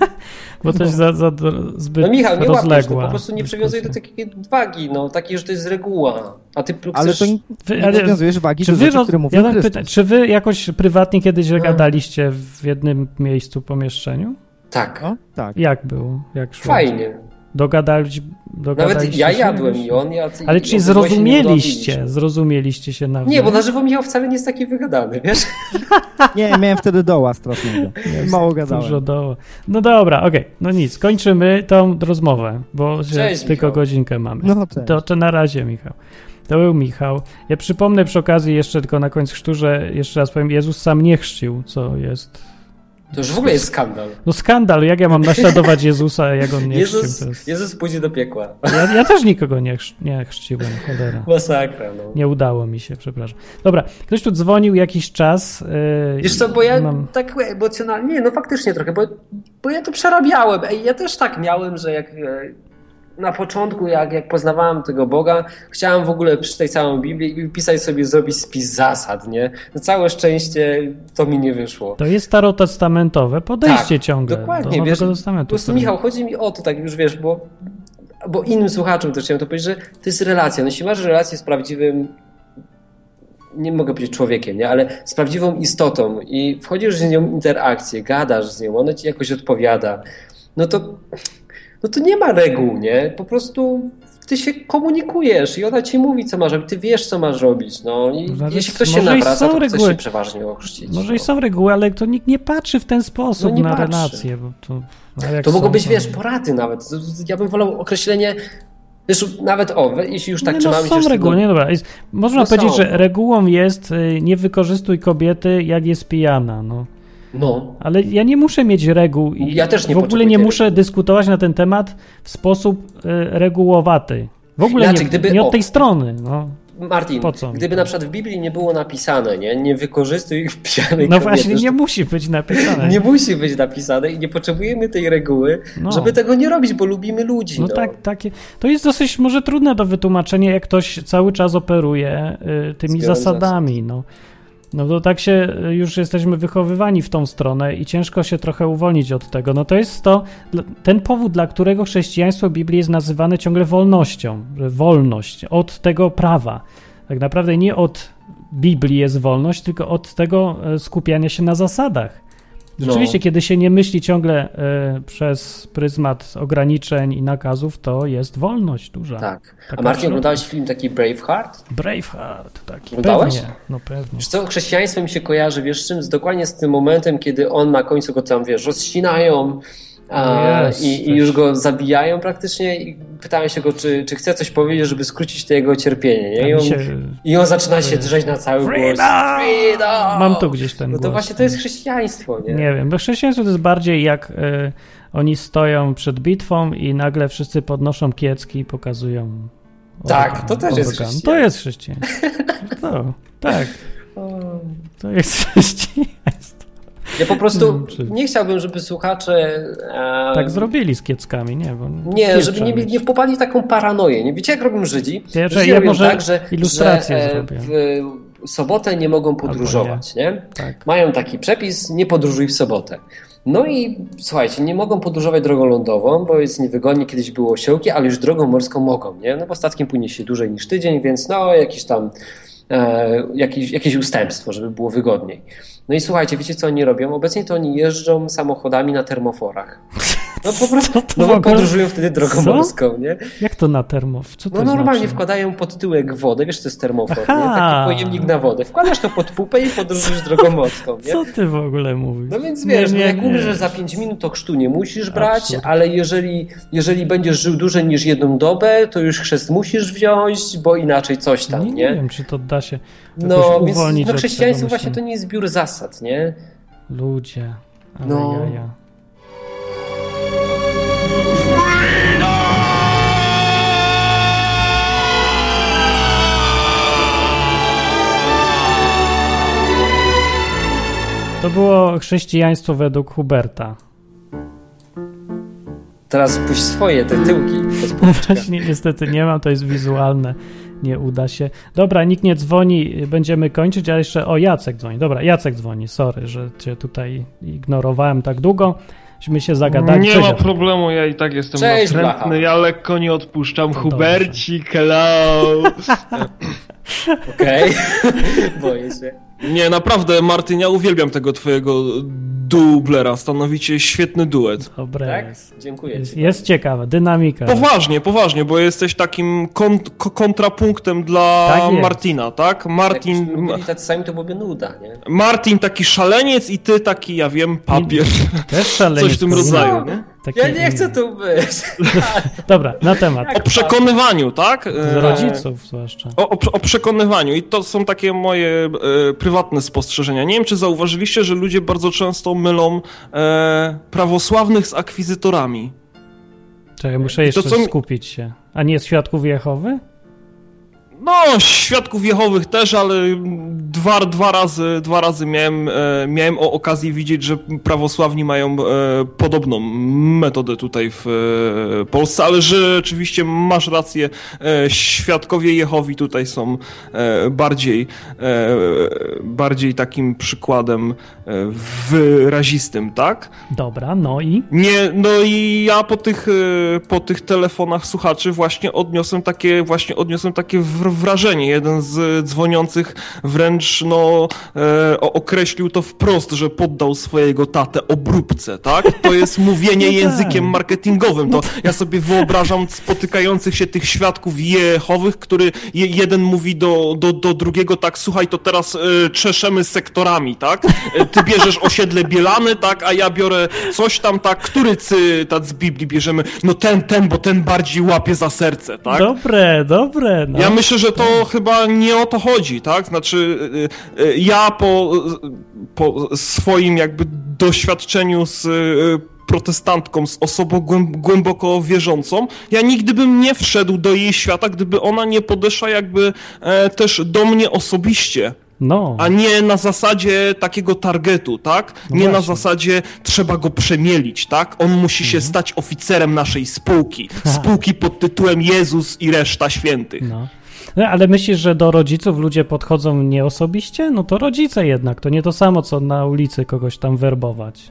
bo to jest za, za zbyt No Michał, nie łapiesz, rozległa. no, po prostu nie przywiązuj do takiej wagi, no, takiej, że to jest reguła. A ty chcesz... Ale to nie, Wy- nie ale- rozwiązujesz wagi Czy do wy, rzeczy, roz, które ja mówił mam Chrystus. pytanie, czy wy jakoś prywatnie kiedyś No. gadaliście w jednym miejscu, pomieszczeniu? Tak. O, tak. Jak było? Jak szło? Fajnie. Dogadali, dogadaliście Nawet ja się jadłem jakoś? i on jadł. Ale i czy obydwoje się nie zrozumieliście? udowiliśmy. Zrozumieliście się nawzajem? Nie, bo na żywo Michał wcale nie jest taki wygadany, wiesz? Nie, miałem wtedy doła strasznego. Mało gadałem. Dużo doło. No dobra, okej. No nic, kończymy tą rozmowę, bo się Cześć, tylko Michał. godzinkę mamy. No cześć. To, to na razie, Michał. To był Michał. Ja przypomnę przy okazji jeszcze tylko na końcu chrztu, że jeszcze raz powiem, Jezus sam nie chrzcił, co jest... To już w ogóle jest skandal. No skandal, jak ja mam naśladować Jezusa, jak on nie Jezus, chrzcił. To jest... Jezus pójdzie do piekła. ja, ja też nikogo nie, chrz... nie chrzciłem, cholera. Masakra, no. Nie udało mi się, przepraszam. Dobra, ktoś tu dzwonił jakiś czas. Yy, Wiesz co, bo ja mam... tak emocjonalnie, nie, no faktycznie trochę, bo, bo ja to przerabiałem. Ej, ja też tak miałem, że jak e, na początku, jak, jak poznawałem tego Boga, chciałem w ogóle przeczytać całą Biblię i wypisać sobie, zrobić spis zasad, nie? Na całe szczęście to mi nie wyszło. To jest starotestamentowe podejście Tak, ciągle dokładnie, do wiesz, Nowego po Testamentu. prostu Michał, chodzi mi o to, tak już wiesz, bo, bo innym słuchaczom też chciałem to powiedzieć, że to jest relacja. No jeśli masz relację z prawdziwym, nie mogę powiedzieć człowiekiem, nie, ale z prawdziwą istotą i wchodzisz z nią w interakcję, gadasz z nią, ona ci jakoś odpowiada, no to no to nie ma reguł, nie? Po prostu ty się komunikujesz i ona ci mówi, co masz robić, ty wiesz, co masz robić, no i Nawet jeśli ktoś się nawraca, to chce się przeważnie ochrzcić. Może no. i są reguły, ale to nikt nie patrzy w ten sposób no nie na patrzy. relacje. Bo to to są, mogą być, to... wiesz, porady nawet. Ja bym wolał określenie, wiesz, nawet o, jeśli już tak nie, trzymamy no, się... są reguły, nie, dobra. Jest, można no powiedzieć, są. że regułą jest nie wykorzystuj kobiety, jak jest pijana, no. No. Ale ja nie muszę mieć reguł i ja też nie w ogóle nie muszę reguł. dyskutować na ten temat w sposób y, regułowaty. W ogóle Inaczej, nie, gdyby, nie od o, tej strony. No. Martin, Po co gdyby na przykład w Biblii nie było napisane, nie, nie wykorzystuj pijanej No kobiety, właśnie, nie musi być napisane. Nie musi być napisane i nie potrzebujemy tej reguły, no. żeby tego nie robić, bo lubimy ludzi. No, no. tak, takie. To jest dosyć może trudne do wytłumaczenia, jak ktoś cały czas operuje y, tymi Zbiorem zasadami. zasad. No. no to tak się już jesteśmy wychowywani w tą stronę i ciężko się trochę uwolnić od tego. No to jest to, ten powód, dla którego chrześcijaństwo w Biblii jest nazywane ciągle wolnością, że wolność od tego prawa. Tak naprawdę nie od Biblii jest wolność, tylko od tego skupiania się na zasadach. Rzeczywiście, no. kiedy się nie myśli ciągle y, przez pryzmat ograniczeń i nakazów, to jest wolność duża. Tak. A Marcin, oglądałeś film taki Braveheart? Braveheart, taki. Oglądałeś? Pewnie. No pewnie. Wiesz co, chrześcijaństwo mi się kojarzy, wiesz, z czym? Z, dokładnie z tym momentem, kiedy on na końcu go tam, wiesz, rozcinają, A, yes, i, i już go zabijają praktycznie i pytałem się go, czy, czy chce coś powiedzieć, żeby skrócić to jego cierpienie. Nie? I, on, się... I on zaczyna się drzeć na cały Freedom! głos. Freedom! Mam tu gdzieś ten No to głos. właśnie to jest chrześcijaństwo. Nie, nie wiem, bo chrześcijaństwo to jest bardziej jak y, oni stoją przed bitwą i nagle wszyscy podnoszą kiecki i pokazują Tak, organ, to też organ. jest chrześcijaństwo. To jest chrześcijaństwo. To, tak. To jest chrześcijaństwo. Ja po prostu nie chciałbym, żeby słuchacze... E, tak zrobili z kieckami, nie? Bo nie, żeby nie, nie wpopadli w taką paranoję. Nie wiecie, jak robią Żydzi? Ja, Żydzi ja robią może tak, że, ilustrację że zrobię. w sobotę nie mogą podróżować. Nie. Nie? Tak. Mają taki przepis, nie podróżuj w sobotę. No i słuchajcie, nie mogą podróżować drogą lądową, bo jest niewygodnie, kiedyś było osiołki, ale już drogą morską mogą. Nie? No bo statkiem płynie się dłużej niż tydzień, więc no jakiś tam e, jakieś, jakieś ustępstwo, żeby było wygodniej. No i słuchajcie, wiecie co oni robią? Obecnie to oni jeżdżą samochodami na termoforach. No po prostu no bo podróżują wtedy drogą co? morską, nie? Jak to na termof? Co to No normalnie znaczy? wkładają pod tyłek wodę, wiesz co jest termofor, nie? Taki pojemnik na wodę. Wkładasz to pod pupę i podróżujesz drogą morską, nie? Co ty w ogóle mówisz? No więc wiesz, nie, nie, no jak nie. umrzesz za pięć minut, to chrztu nie musisz brać, Absurd. ale jeżeli, jeżeli będziesz żył dłużej niż jedną dobę, to już chrzest musisz wziąć, bo inaczej coś tam, nie? Nie, nie wiem, czy to da się no, jakoś uwolnić więc, no od chrześcijaństwo tego, właśnie myślę. to nie jest zbiór zasad, nie? Ludzie, ale No. jaja. To było chrześcijaństwo według Huberta. Teraz puść swoje, te tyłki. Właśnie niestety nie mam, to jest wizualne. Nie uda się. Dobra, nikt nie dzwoni, będziemy kończyć, a jeszcze o Jacek dzwoni. Dobra, Jacek dzwoni, sorry, że cię tutaj ignorowałem tak długo. Myśmy się zagadali. Nie Cześć, ma Jacek. problemu, ja i tak jestem Cześć, natrętny, Blacha. ja lekko nie odpuszczam. To Hubercik, hello! Okej, boję się. Nie, naprawdę, Martin, ja uwielbiam tego twojego dublera, stanowicie świetny duet. Dobre Tak? jest. Dziękuję Jest, ci. jest ciekawa, dynamika. Poważnie, poważnie, bo jesteś takim kont- ko- kontrapunktem dla Tak jest. Martina, tak? Martin, Jakbyśmy byli tacy sami, to byłoby nuda, nie? Martin taki szaleniec i ty taki, ja wiem, papier. Też szalenie. Coś w tym rodzaju, nie? Takie Ja nie chcę tu być. Dobra, na temat. O przekonywaniu, tak? Z E, rodziców zwłaszcza. O, o, o przekonywaniu i to są takie moje e, prywatne spostrzeżenia. Nie wiem, czy zauważyliście, że ludzie bardzo często mylą e, prawosławnych z akwizytorami. Czekaj, muszę jeszcze co mi- skupić się. A nie świadków Jehowy? No, świadków Jehowych też, ale dwa, dwa, razy, dwa razy miałem, e, miałem o okazję widzieć, że prawosławni mają e, podobną metodę tutaj w e, Polsce, ale rzeczywiście masz rację, e, świadkowie Jehowi tutaj są e, bardziej, e, bardziej takim przykładem e, wyrazistym, tak? Dobra, no i? Nie, no i ja po tych, e, po tych telefonach słuchaczy właśnie odniosłem takie, właśnie odniosłem takie wr- wrażenie. Jeden z dzwoniących wręcz no, e, określił to wprost, że poddał swojego tatę obróbce, tak? To jest mówienie no językiem tak. marketingowym. To ja sobie wyobrażam spotykających się tych świadków Jehowych, który je, jeden mówi do, do, do drugiego tak, słuchaj, to teraz e, czeszemy sektorami, tak? E, ty bierzesz osiedle Bielany, tak? A ja biorę coś tam, tak? Który cytat z Biblii bierzemy? No ten, ten, bo ten bardziej łapie za serce, tak? Dobre, dobre. No. Ja myślę, że to no. chyba nie o to chodzi, tak? Znaczy, y, y, ja po, po swoim jakby doświadczeniu z y, protestantką, z osobą głęboko wierzącą, ja nigdy bym nie wszedł do jej świata, gdyby ona nie podeszła jakby e, też do mnie osobiście. No. A nie na zasadzie takiego targetu, tak? No nie właśnie. Na zasadzie trzeba go przemielić, tak? On musi mhm. się stać oficerem naszej spółki. Spółki pod tytułem Jezus i reszta świętych. No. No, ale myślisz, że do rodziców ludzie podchodzą nie osobiście? No to rodzice jednak, to nie to samo, co na ulicy kogoś tam werbować.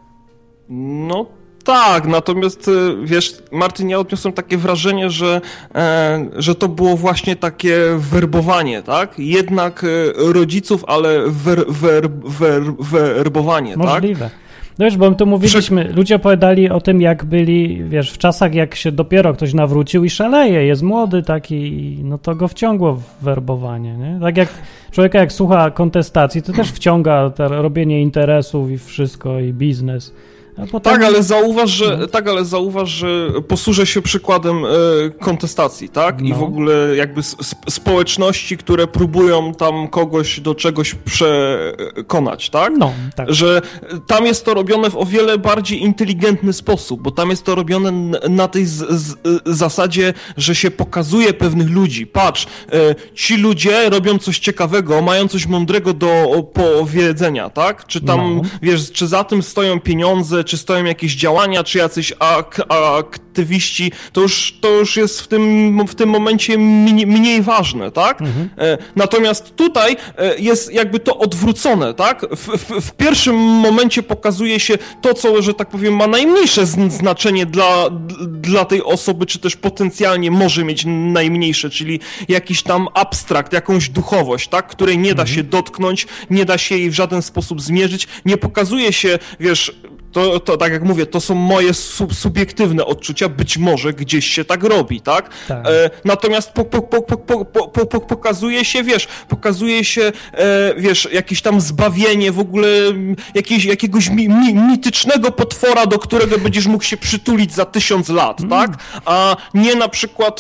No tak, natomiast wiesz, Martin, ja odniosłem takie wrażenie, że, e, że to było właśnie takie werbowanie, tak? Jednak rodziców, ale wer, wer, wer, werbowanie, Możliwe. tak? Możliwe. No wiesz, bo my tu mówiliśmy, Prze... ludzie opowiadali o tym, jak byli, wiesz, w czasach, jak się dopiero ktoś nawrócił i szaleje, jest młody taki, no to go wciągło w werbowanie, nie? Tak jak człowieka, jak słucha kontestacji, to też wciąga te robienie interesów i wszystko, i biznes. Potem... Tak, ale zauważ, że, no. tak, ale zauważ, że posłużę się przykładem e, kontestacji, tak? No. I w ogóle jakby sp- społeczności, które próbują tam kogoś do czegoś przekonać, tak? No, tak. Że tam jest to robione w o wiele bardziej inteligentny sposób, bo tam jest to robione na tej z- z- zasadzie, że się pokazuje pewnych ludzi. Patrz, e, ci ludzie robią coś ciekawego, mają coś mądrego do powiedzenia, tak? Czy tam, no. wiesz, czy za tym stoją pieniądze, czy stoją jakieś działania, czy jacyś ak- aktywiści, to już, to już jest w tym, w tym momencie mniej, mniej ważne, tak? Mhm. E, natomiast tutaj e, jest jakby to odwrócone, tak? W, w, w pierwszym momencie pokazuje się to, co, że tak powiem, ma najmniejsze znaczenie dla, dla tej osoby, czy też potencjalnie może mieć najmniejsze, czyli jakiś tam abstrakt, jakąś duchowość, tak? Której nie da mhm. się dotknąć, nie da się jej w żaden sposób zmierzyć, nie pokazuje się, wiesz, To, to, tak jak mówię, to są moje sub, subiektywne odczucia, być może gdzieś się tak robi, tak? tak. E, natomiast po, po, po, po, po, po, po, pokazuje się, wiesz, pokazuje się, e, wiesz, jakieś tam zbawienie, w ogóle jakieś, jakiegoś mi, mi, mitycznego potwora, do którego będziesz mógł się przytulić za tysiąc lat, mm. tak? A nie na przykład,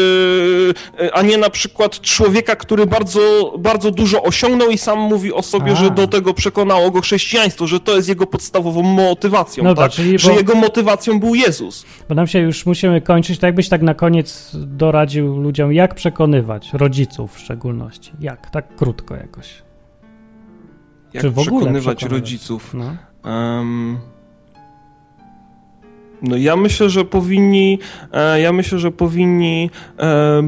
e, a nie na przykład człowieka, który bardzo, bardzo dużo osiągnął i sam mówi o sobie, a. że do tego przekonało go chrześcijaństwo, że to jest jego podstawową motywacją. motywacją, no tak? Czyli, że bo, jego motywacją był Jezus. Bo nam się już musimy kończyć, tak jakbyś tak na koniec doradził ludziom, jak przekonywać, rodziców w szczególności. Jak? Tak krótko jakoś. Jak Czy w ogóle przekonywać, przekonywać rodziców? No. Um, no ja myślę, że powinni e, ja myślę, że powinni e, e,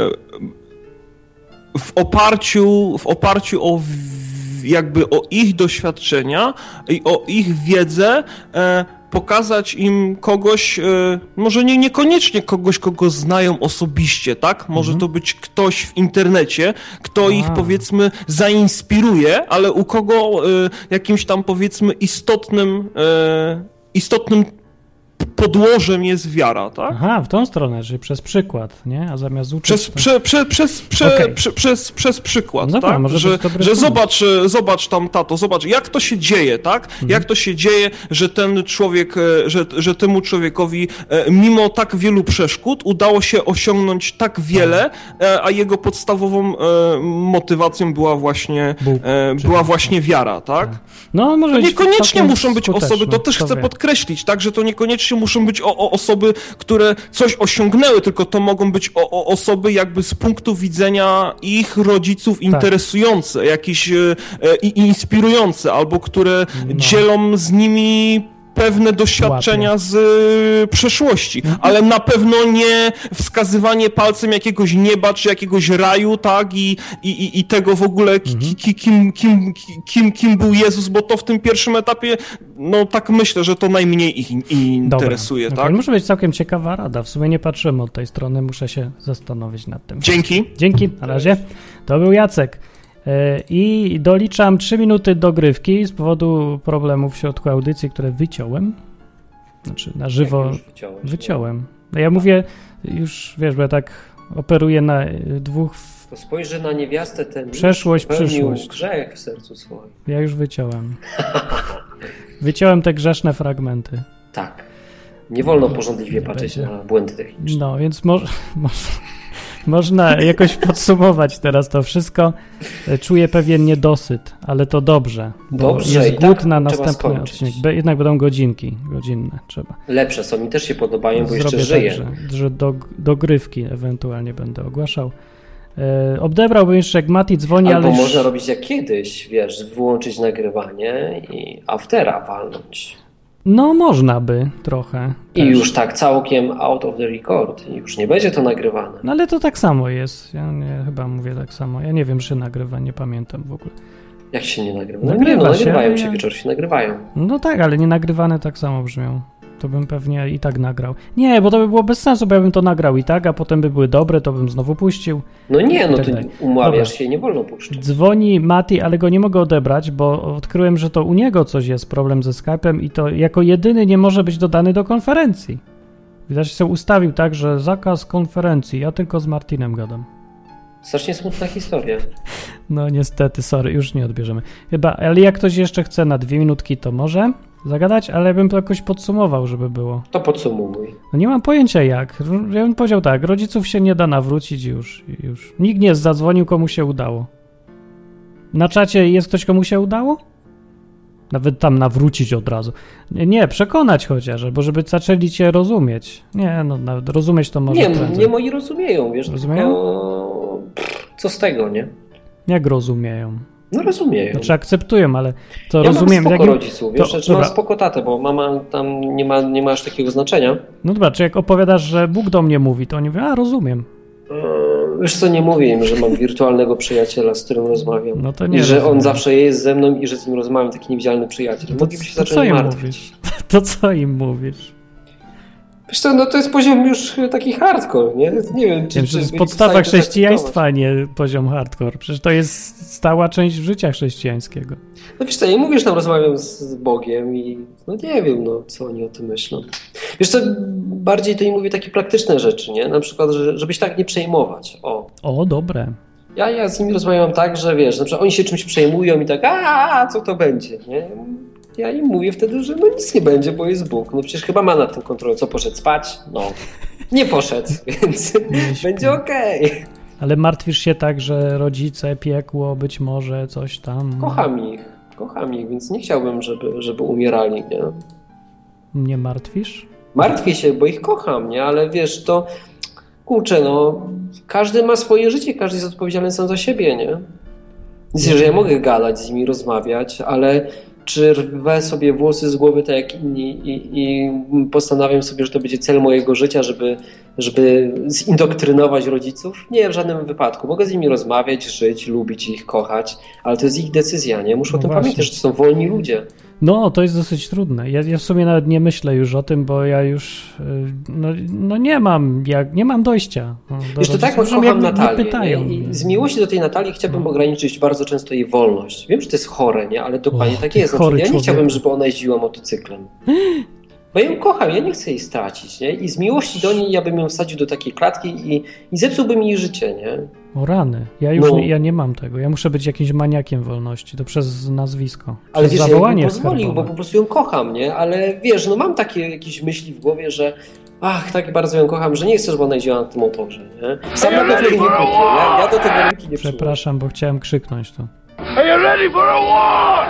w oparciu w oparciu o jakby o ich doświadczenia i o ich wiedzę e, pokazać im kogoś, e, może nie, niekoniecznie kogoś, kogo znają osobiście, tak? Może mhm. to być ktoś w internecie, kto A. ich powiedzmy zainspiruje, ale u kogo e, jakimś tam powiedzmy istotnym e, istotnym podłożem jest wiara, tak? Aha, w tą stronę, że przez przykład, nie? A zamiast uczyć... Przez, to... prze, prze, przez, prze, okay. prze, przez, przez przykład, no tak? Dobra, może że że zobacz, zobacz tam, tato, zobacz, jak to się dzieje, tak? Mhm. Jak to się dzieje, że ten człowiek, że, że temu człowiekowi mimo tak wielu przeszkód udało się osiągnąć tak wiele, a jego podstawową motywacją była właśnie, Bóg, była właśnie wiara, tak? tak. No, może to niekoniecznie muszą być osoby, to też to chcę wie. podkreślić, tak? Że to niekoniecznie muszą być o, o osoby, które coś osiągnęły, tylko to mogą być o, o osoby jakby z punktu widzenia ich rodziców tak. interesujące, jakieś e, inspirujące, albo które no. dzielą z nimi pewne doświadczenia Łapie. z y, przeszłości, ale na pewno nie wskazywanie palcem jakiegoś nieba czy jakiegoś raju, tak, i, i, i tego w ogóle, ki, ki, kim, kim, kim, kim był Jezus, bo to w tym pierwszym etapie, no tak myślę, że to najmniej ich in, interesuje, Dobra. tak? Okay. Może być całkiem ciekawa rada. W sumie nie patrzyłem od tej strony, muszę się zastanowić nad tym. Dzięki. Dzięki, na razie. To był Jacek. I doliczam trzy minuty dogrywki z powodu problemów w środku audycji, które wyciąłem. Znaczy na żywo wyciąłem. No ja mówię już, wiesz, bo ja tak operuję na dwóch... To spojrzy na niewiastę ten przeszłość, przyszłość. Grzech w sercu swoim. Ja już wyciąłem. Wyciąłem te grzeszne fragmenty. Tak. Nie wolno porządliwie patrzeć na błędy techniczne. No, więc może... może... Można jakoś podsumować teraz to wszystko. Czuję pewien niedosyt, ale to dobrze. Dobrze, jest i głód tak na trzeba następny skończyć. odcinek. Be, jednak będą godzinki, godzinne trzeba. Lepsze są, mi też się podobają, bo Zrobię jeszcze żyję. tak, że, że do, dogrywki ewentualnie będę ogłaszał. E, odebrałbym jeszcze, jak Mati dzwoni, Albo ale... można robić jak kiedyś, wiesz, wyłączyć nagrywanie i aftera walnąć. No, można by trochę. I też. już tak całkiem out of the record. I już nie będzie to nagrywane. No ale to tak samo jest. Ja nie, chyba mówię tak samo. Ja nie wiem, czy nagrywa, nie pamiętam w ogóle. Jak się nie nagrywa? No Nagrywa nie, no się, nagrywają się, ja- wieczór się nagrywają. No tak, ale nie nagrywane tak samo brzmią. To bym pewnie i tak nagrał. Nie, bo to by było bez sensu, bo ja bym to nagrał i tak, a potem by były dobre, to bym znowu puścił. No nie, no tak to dalej. umawiasz Dobra. się, nie wolno puszczać. Dzwoni Mati, ale go nie mogę odebrać, bo odkryłem, że to u niego coś jest, problem ze Skype'em i to jako jedyny nie może być dodany do konferencji. Widać, się ustawił tak, że zakaz konferencji, ja tylko z Martinem gadam. Strasznie smutna historia. No niestety, sorry, już nie odbierzemy. Chyba, ale jak ktoś jeszcze chce na dwie minutki, to może zagadać, ale ja bym to jakoś podsumował, żeby było. To podsumuj. No nie mam pojęcia jak. Ja bym powiedział tak, rodziców się nie da nawrócić już. już. Nikt nie zadzwonił, komu się udało. Na czacie jest ktoś, komu się udało? Nawet tam nawrócić od razu. Nie, nie przekonać chociaż, bo żeby zaczęli cię rozumieć. Nie, no nawet rozumieć to może Nie, prędzej. nie moi rozumieją, wiesz. Rozumieją? Tylko... Pff, co z tego, nie? Jak rozumieją? No rozumieją. Znaczy akceptują, ale to ja rozumiem. mam spoko jak... rodziców, wiesz, to, znaczy dobra. mam spoko tatę, bo mama tam nie ma, nie ma aż takiego znaczenia. No dobra, czy jak opowiadasz, że Bóg do mnie mówi, to oni mówią, a rozumiem. Eee, Wiesz co, nie mówię im, że mam wirtualnego przyjaciela, z którym rozmawiam. No to nie I że rozumiem. on zawsze jest ze mną i że z nim rozmawiam, taki niewidzialny przyjaciel. To, Mogliby się to co zacząć im martwić. mówisz? To co im mówisz? Wiesz co, no to jest poziom już taki hardcore, nie? Nie wiem, czy... Wiem, czy że to jest byli podstawa w stanie to chrześcijaństwa, a zaakceptować. nie poziom hardcore. Przecież to jest stała część życia chrześcijańskiego. No wiesz co, nie mówisz, tam rozmawiam z, z Bogiem i no nie wiem, no co oni o tym myślą. Wiesz co, bardziej to im mówię takie praktyczne rzeczy, nie? Na przykład, że, żebyś tak nie przejmować. O. O, dobre. Ja, ja z nimi rozmawiam tak, że wiesz, na przykład oni się czymś przejmują i tak, a co to będzie, nie? Ja im mówię wtedy, że no nic nie będzie, bo jest Bóg. No przecież chyba ma nad tym kontrolę. Co, poszedł spać? No. Nie poszedł, więc będzie okej. Okay. Ale martwisz się tak, że rodzice, piekło, być może coś tam... Kocham ich, kocham ich, więc nie chciałbym, żeby, żeby umierali, nie? Nie martwisz? Martwię się, bo ich kocham, nie? Ale wiesz, to kurczę, no każdy ma swoje życie, każdy jest odpowiedzialny sam za siebie, nie? Myślę, że ja mogę gadać z nimi, rozmawiać, ale czy rwę sobie włosy z głowy tak jak inni i, i postanawiam sobie, że to będzie cel mojego życia, żeby, żeby zindoktrynować rodziców? Nie, w żadnym wypadku. Mogę z nimi rozmawiać, żyć, lubić ich, kochać, ale to jest ich decyzja, nie? Muszę No o tym właśnie. pamiętać, że to są wolni ludzie. No, to jest dosyć trudne. Ja, ja w sumie nawet nie myślę już o tym, bo ja już y, no, no nie mam jak, nie mam dojścia. No, do Wiesz, to tak, rodziców, jak że kocham mnie nie Natalię, pytają. nie? I z miłości do tej Natalii chciałbym No. ograniczyć bardzo często jej wolność. Wiem, że to jest chore, nie? Ale dokładnie O, tak ty jest. Znaczy, chory ja nie człowieku. chciałbym, żeby ona jeździła motocyklem. Bo ja ją kocham, ja nie chcę jej stracić, nie? I z miłości do niej ja bym ją wsadził do takiej klatki i, i zepsułbym jej życie, nie? O rany, ja już No. nie, ja nie mam tego. Ja muszę być jakimś maniakiem wolności. To przez nazwisko. Ale Przez wiesz, ja bym zawołanie pozwolił, skarbowe. bo po prostu ją kocham, nie? Ale wiesz, no mam takie jakieś myśli w głowie, że ach, tak bardzo ją kocham, że nie chcę, żeby ona jeździła na tym motorze, nie? Sam na pewno jej nie kupię, ja, ja do tego ręki nie przyłożę. Przepraszam, bo chciałem krzyknąć to. Are you ready for a war?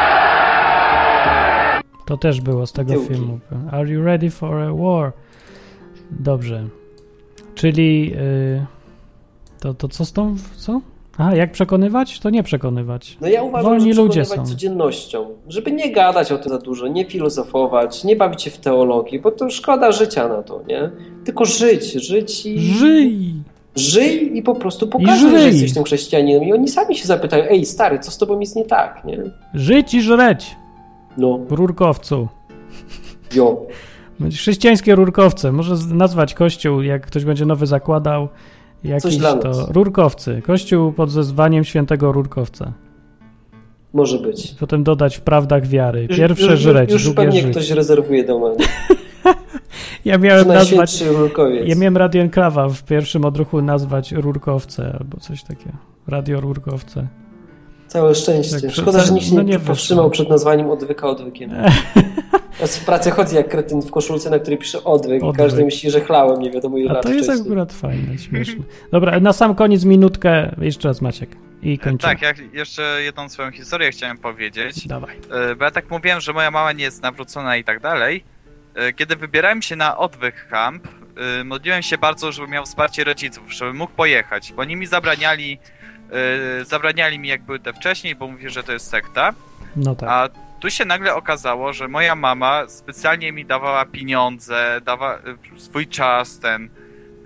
To też było z tego Tyłki. filmu. Are you ready for a war? Dobrze. Czyli yy, to, to co z tą... co? A jak przekonywać? To nie przekonywać. No ja uważam, Wolni że ludzie przekonywać są. codziennością. Żeby nie gadać o tym za dużo, nie filozofować, nie bawić się w teologię, bo to szkoda życia na to, nie? Tylko żyć, żyć i... Żyj! Żyj i po prostu I pokażę, żyj. że jesteś tym chrześcijaninem. I oni sami się zapytają, ej stary, co z tobą jest nie tak, nie? Żyć i żreć! No. W rurkowcu. Jo. Chrześcijańskie rurkowce. Może nazwać kościół, jak ktoś będzie nowy zakładał, jakiś dla to nas. rurkowcy. Kościół pod wezwaniem świętego rurkowca. Może być. Potem dodać w prawdach wiary. Już- Pierwsze już, żreć, Już drugie pewnie żyć. ktoś rezerwuje domenę. Ja miałem nazwać... Najświętszy rurkowiec. Ja miałem Radio Enklawa w pierwszym odruchu nazwać rurkowce albo coś takiego. Radio rurkowce. Całe szczęście. Tak, Szkoda, że nikt się no nie, nie powstrzymał wyszło. przed nazwaniem odwyka odwykiem. Ja w pracy chodzę jak kretyn w koszulce, na której pisze odwyk, Odwyk. i każdy myśli, że chlałem nie wiadomo ile A lat to jest wcześniej. akurat fajne, śmieszne. Dobra, na sam koniec minutkę, jeszcze raz Maciek. I kończymy. Tak, ja jeszcze jedną swoją historię chciałem powiedzieć. Dawaj. E, Bo ja tak mówiłem, że moja mama nie jest nawrócona i tak dalej. E, Kiedy wybierałem się na odwyk camp, e, modliłem się bardzo, żeby miał wsparcie rodziców, żeby mógł pojechać, bo oni mi zabraniali, e, zabraniali mi jak były te wcześniej, bo mówię, że to jest sekta. No tak. A tu się nagle okazało, że moja mama specjalnie mi dawała pieniądze, dawała y, swój czas, ten, y,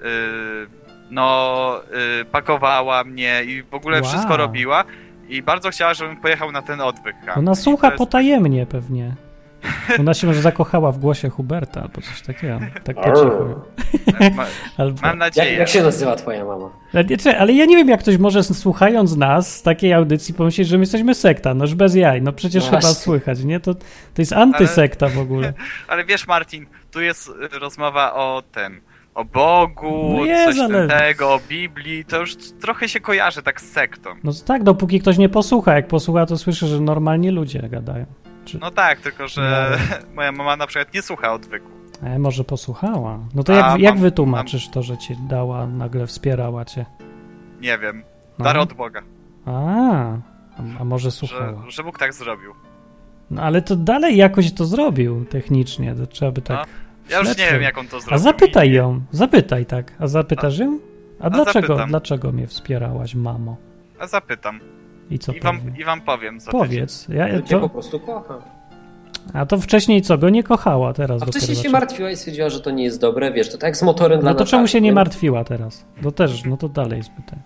no, y, pakowała mnie i w ogóle Wow. wszystko robiła i bardzo chciała, żebym pojechał na ten odwyk. Ona I słucha to jest- potajemnie pewnie. Ona się może zakochała w głosie Huberta albo coś takiego. Tak po cichu. Ma, Albo... mam nadzieję. Jak, jak się nazywa twoja mama? Ale nie, czekaj, ale ja nie wiem, jak ktoś może słuchając nas z takiej audycji pomyśleć, że my jesteśmy sekta. Noż bez jaj. No przecież No chyba właśnie. słychać, nie? To, to jest antysekta w ogóle. Ale wiesz, Martin, tu jest y, rozmowa o tym, o Bogu, No jest, coś ale- tego, o Biblii, to już trochę się kojarzy tak z sektą. No tak, dopóki ktoś nie posłucha. Jak posłucha, to słyszy, że normalnie ludzie gadają. Czy... No tak, tylko że No. moja mama na przykład nie słucha odwyku. E, może posłuchała. No to A, jak, mam- jak wytłumaczysz to, że ci dała, nagle wspierała cię? Nie wiem, No. dar od Boga, A, a, a może że, słuchała. że Bóg tak zrobił. No ale to dalej jakoś to zrobił technicznie. To trzeba by tak... No. Ja już śledztwo. nie wiem, jak on to zrobił. A zapytaj I- ją, zapytaj tak. A zapytasz ją? A, A dlaczego, zapytam. dlaczego mnie wspierałaś, mamo? A zapytam. I co I wam, powie? I wam powiem. Za Powiedz. Ja, Ja cię po to, prostu kocha. a to wcześniej co, go nie kochała, teraz A wcześniej dopiero się zaczęła. martwiła i stwierdziła, że to nie jest dobre, wiesz, to tak jak z motorem dla No to czemu Natalii, się nie martwiła teraz? No też, no to dalej jest pytanie.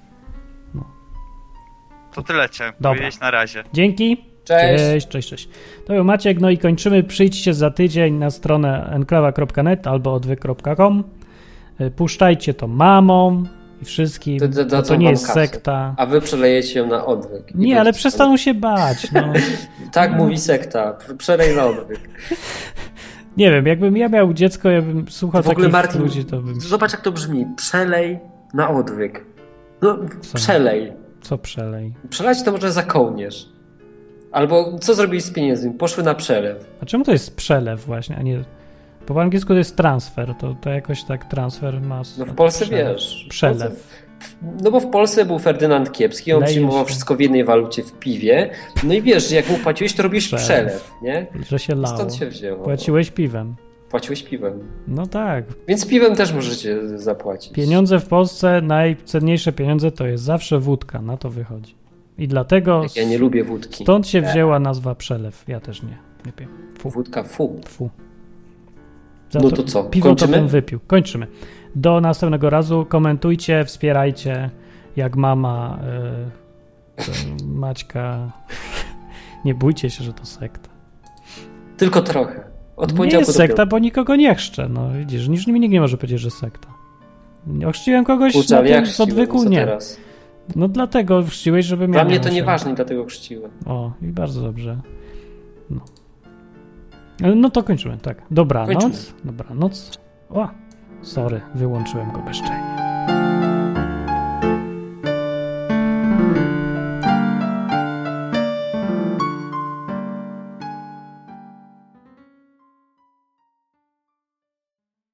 To tyle cię. Dobra. Powiedzieć na razie. Dzięki. Cześć. Cześć, cześć, cześć. To był Maciek, no i kończymy. Przyjdźcie za tydzień na stronę enklawa kropka net albo odwyk kropka com. Puszczajcie to mamom i wszystkim, To- to- bo dadzą to nie wam jest kasę. sekta. A wy przelejecie ją na odwyk. I Nie, ale będziecie- przestaną się bać. No. Tak mówi sekta. Przelej na odwyk. Nie wiem, jakbym ja miał dziecko, ja bym słuchał W ogóle takich Martin, ludzi, to bym... zobacz jak to brzmi. Przelej na odwyk. No, Co? przelej. Co przelej? Przelać to może za kołnierz. Albo co zrobić z pieniędzmi? Poszły na przelew. A czemu to jest przelew właśnie, a nie... Bo po angielsku to jest transfer, to, to jakoś tak transfer ma... No w Polsce przelew. wiesz. w Przelew. Polsce- No bo w Polsce był Ferdynand Kiepski, on Leje przyjmował się. wszystko w jednej walucie w piwie. No i wiesz, że jak mu płaciłeś, to robisz Przelew. przelew, nie? Że się lało. Stąd się wzięło. Płaciłeś piwem. Płaciłeś piwem. No tak. Więc piwem też możecie zapłacić. Pieniądze w Polsce, najcenniejsze pieniądze to jest zawsze wódka, na to wychodzi. I dlatego Jak ja nie lubię wódki. stąd się wzięła nazwa przelew. Ja też nie. Nie piję. Fu. Wódka, fu. Fu. Za No to co, Piwo kończymy? to bym wypił. Kończymy. Do następnego razu. Komentujcie, wspierajcie. Jak mama y, Maćka. Nie bójcie się, że to sekta. Tylko trochę. Od Nie poniedziałku jest do sekta, piątku. bo nikogo nie chrzczę. No widzisz, nikt mi nikt nie może powiedzieć, że sekta. Nie ochrzciłem kogoś Kurczę, na ale tym jak z chrzciłem, odwyku? co Nie. teraz? No dlatego chrzciłeś, żeby Dla miał mnie to się. nieważne i dlatego chrzciłem. O, i bardzo dobrze. No. No to kończymy, tak. Dobranoc. Kończymy. Dobranoc. O, sorry, wyłączyłem go bezczelnie.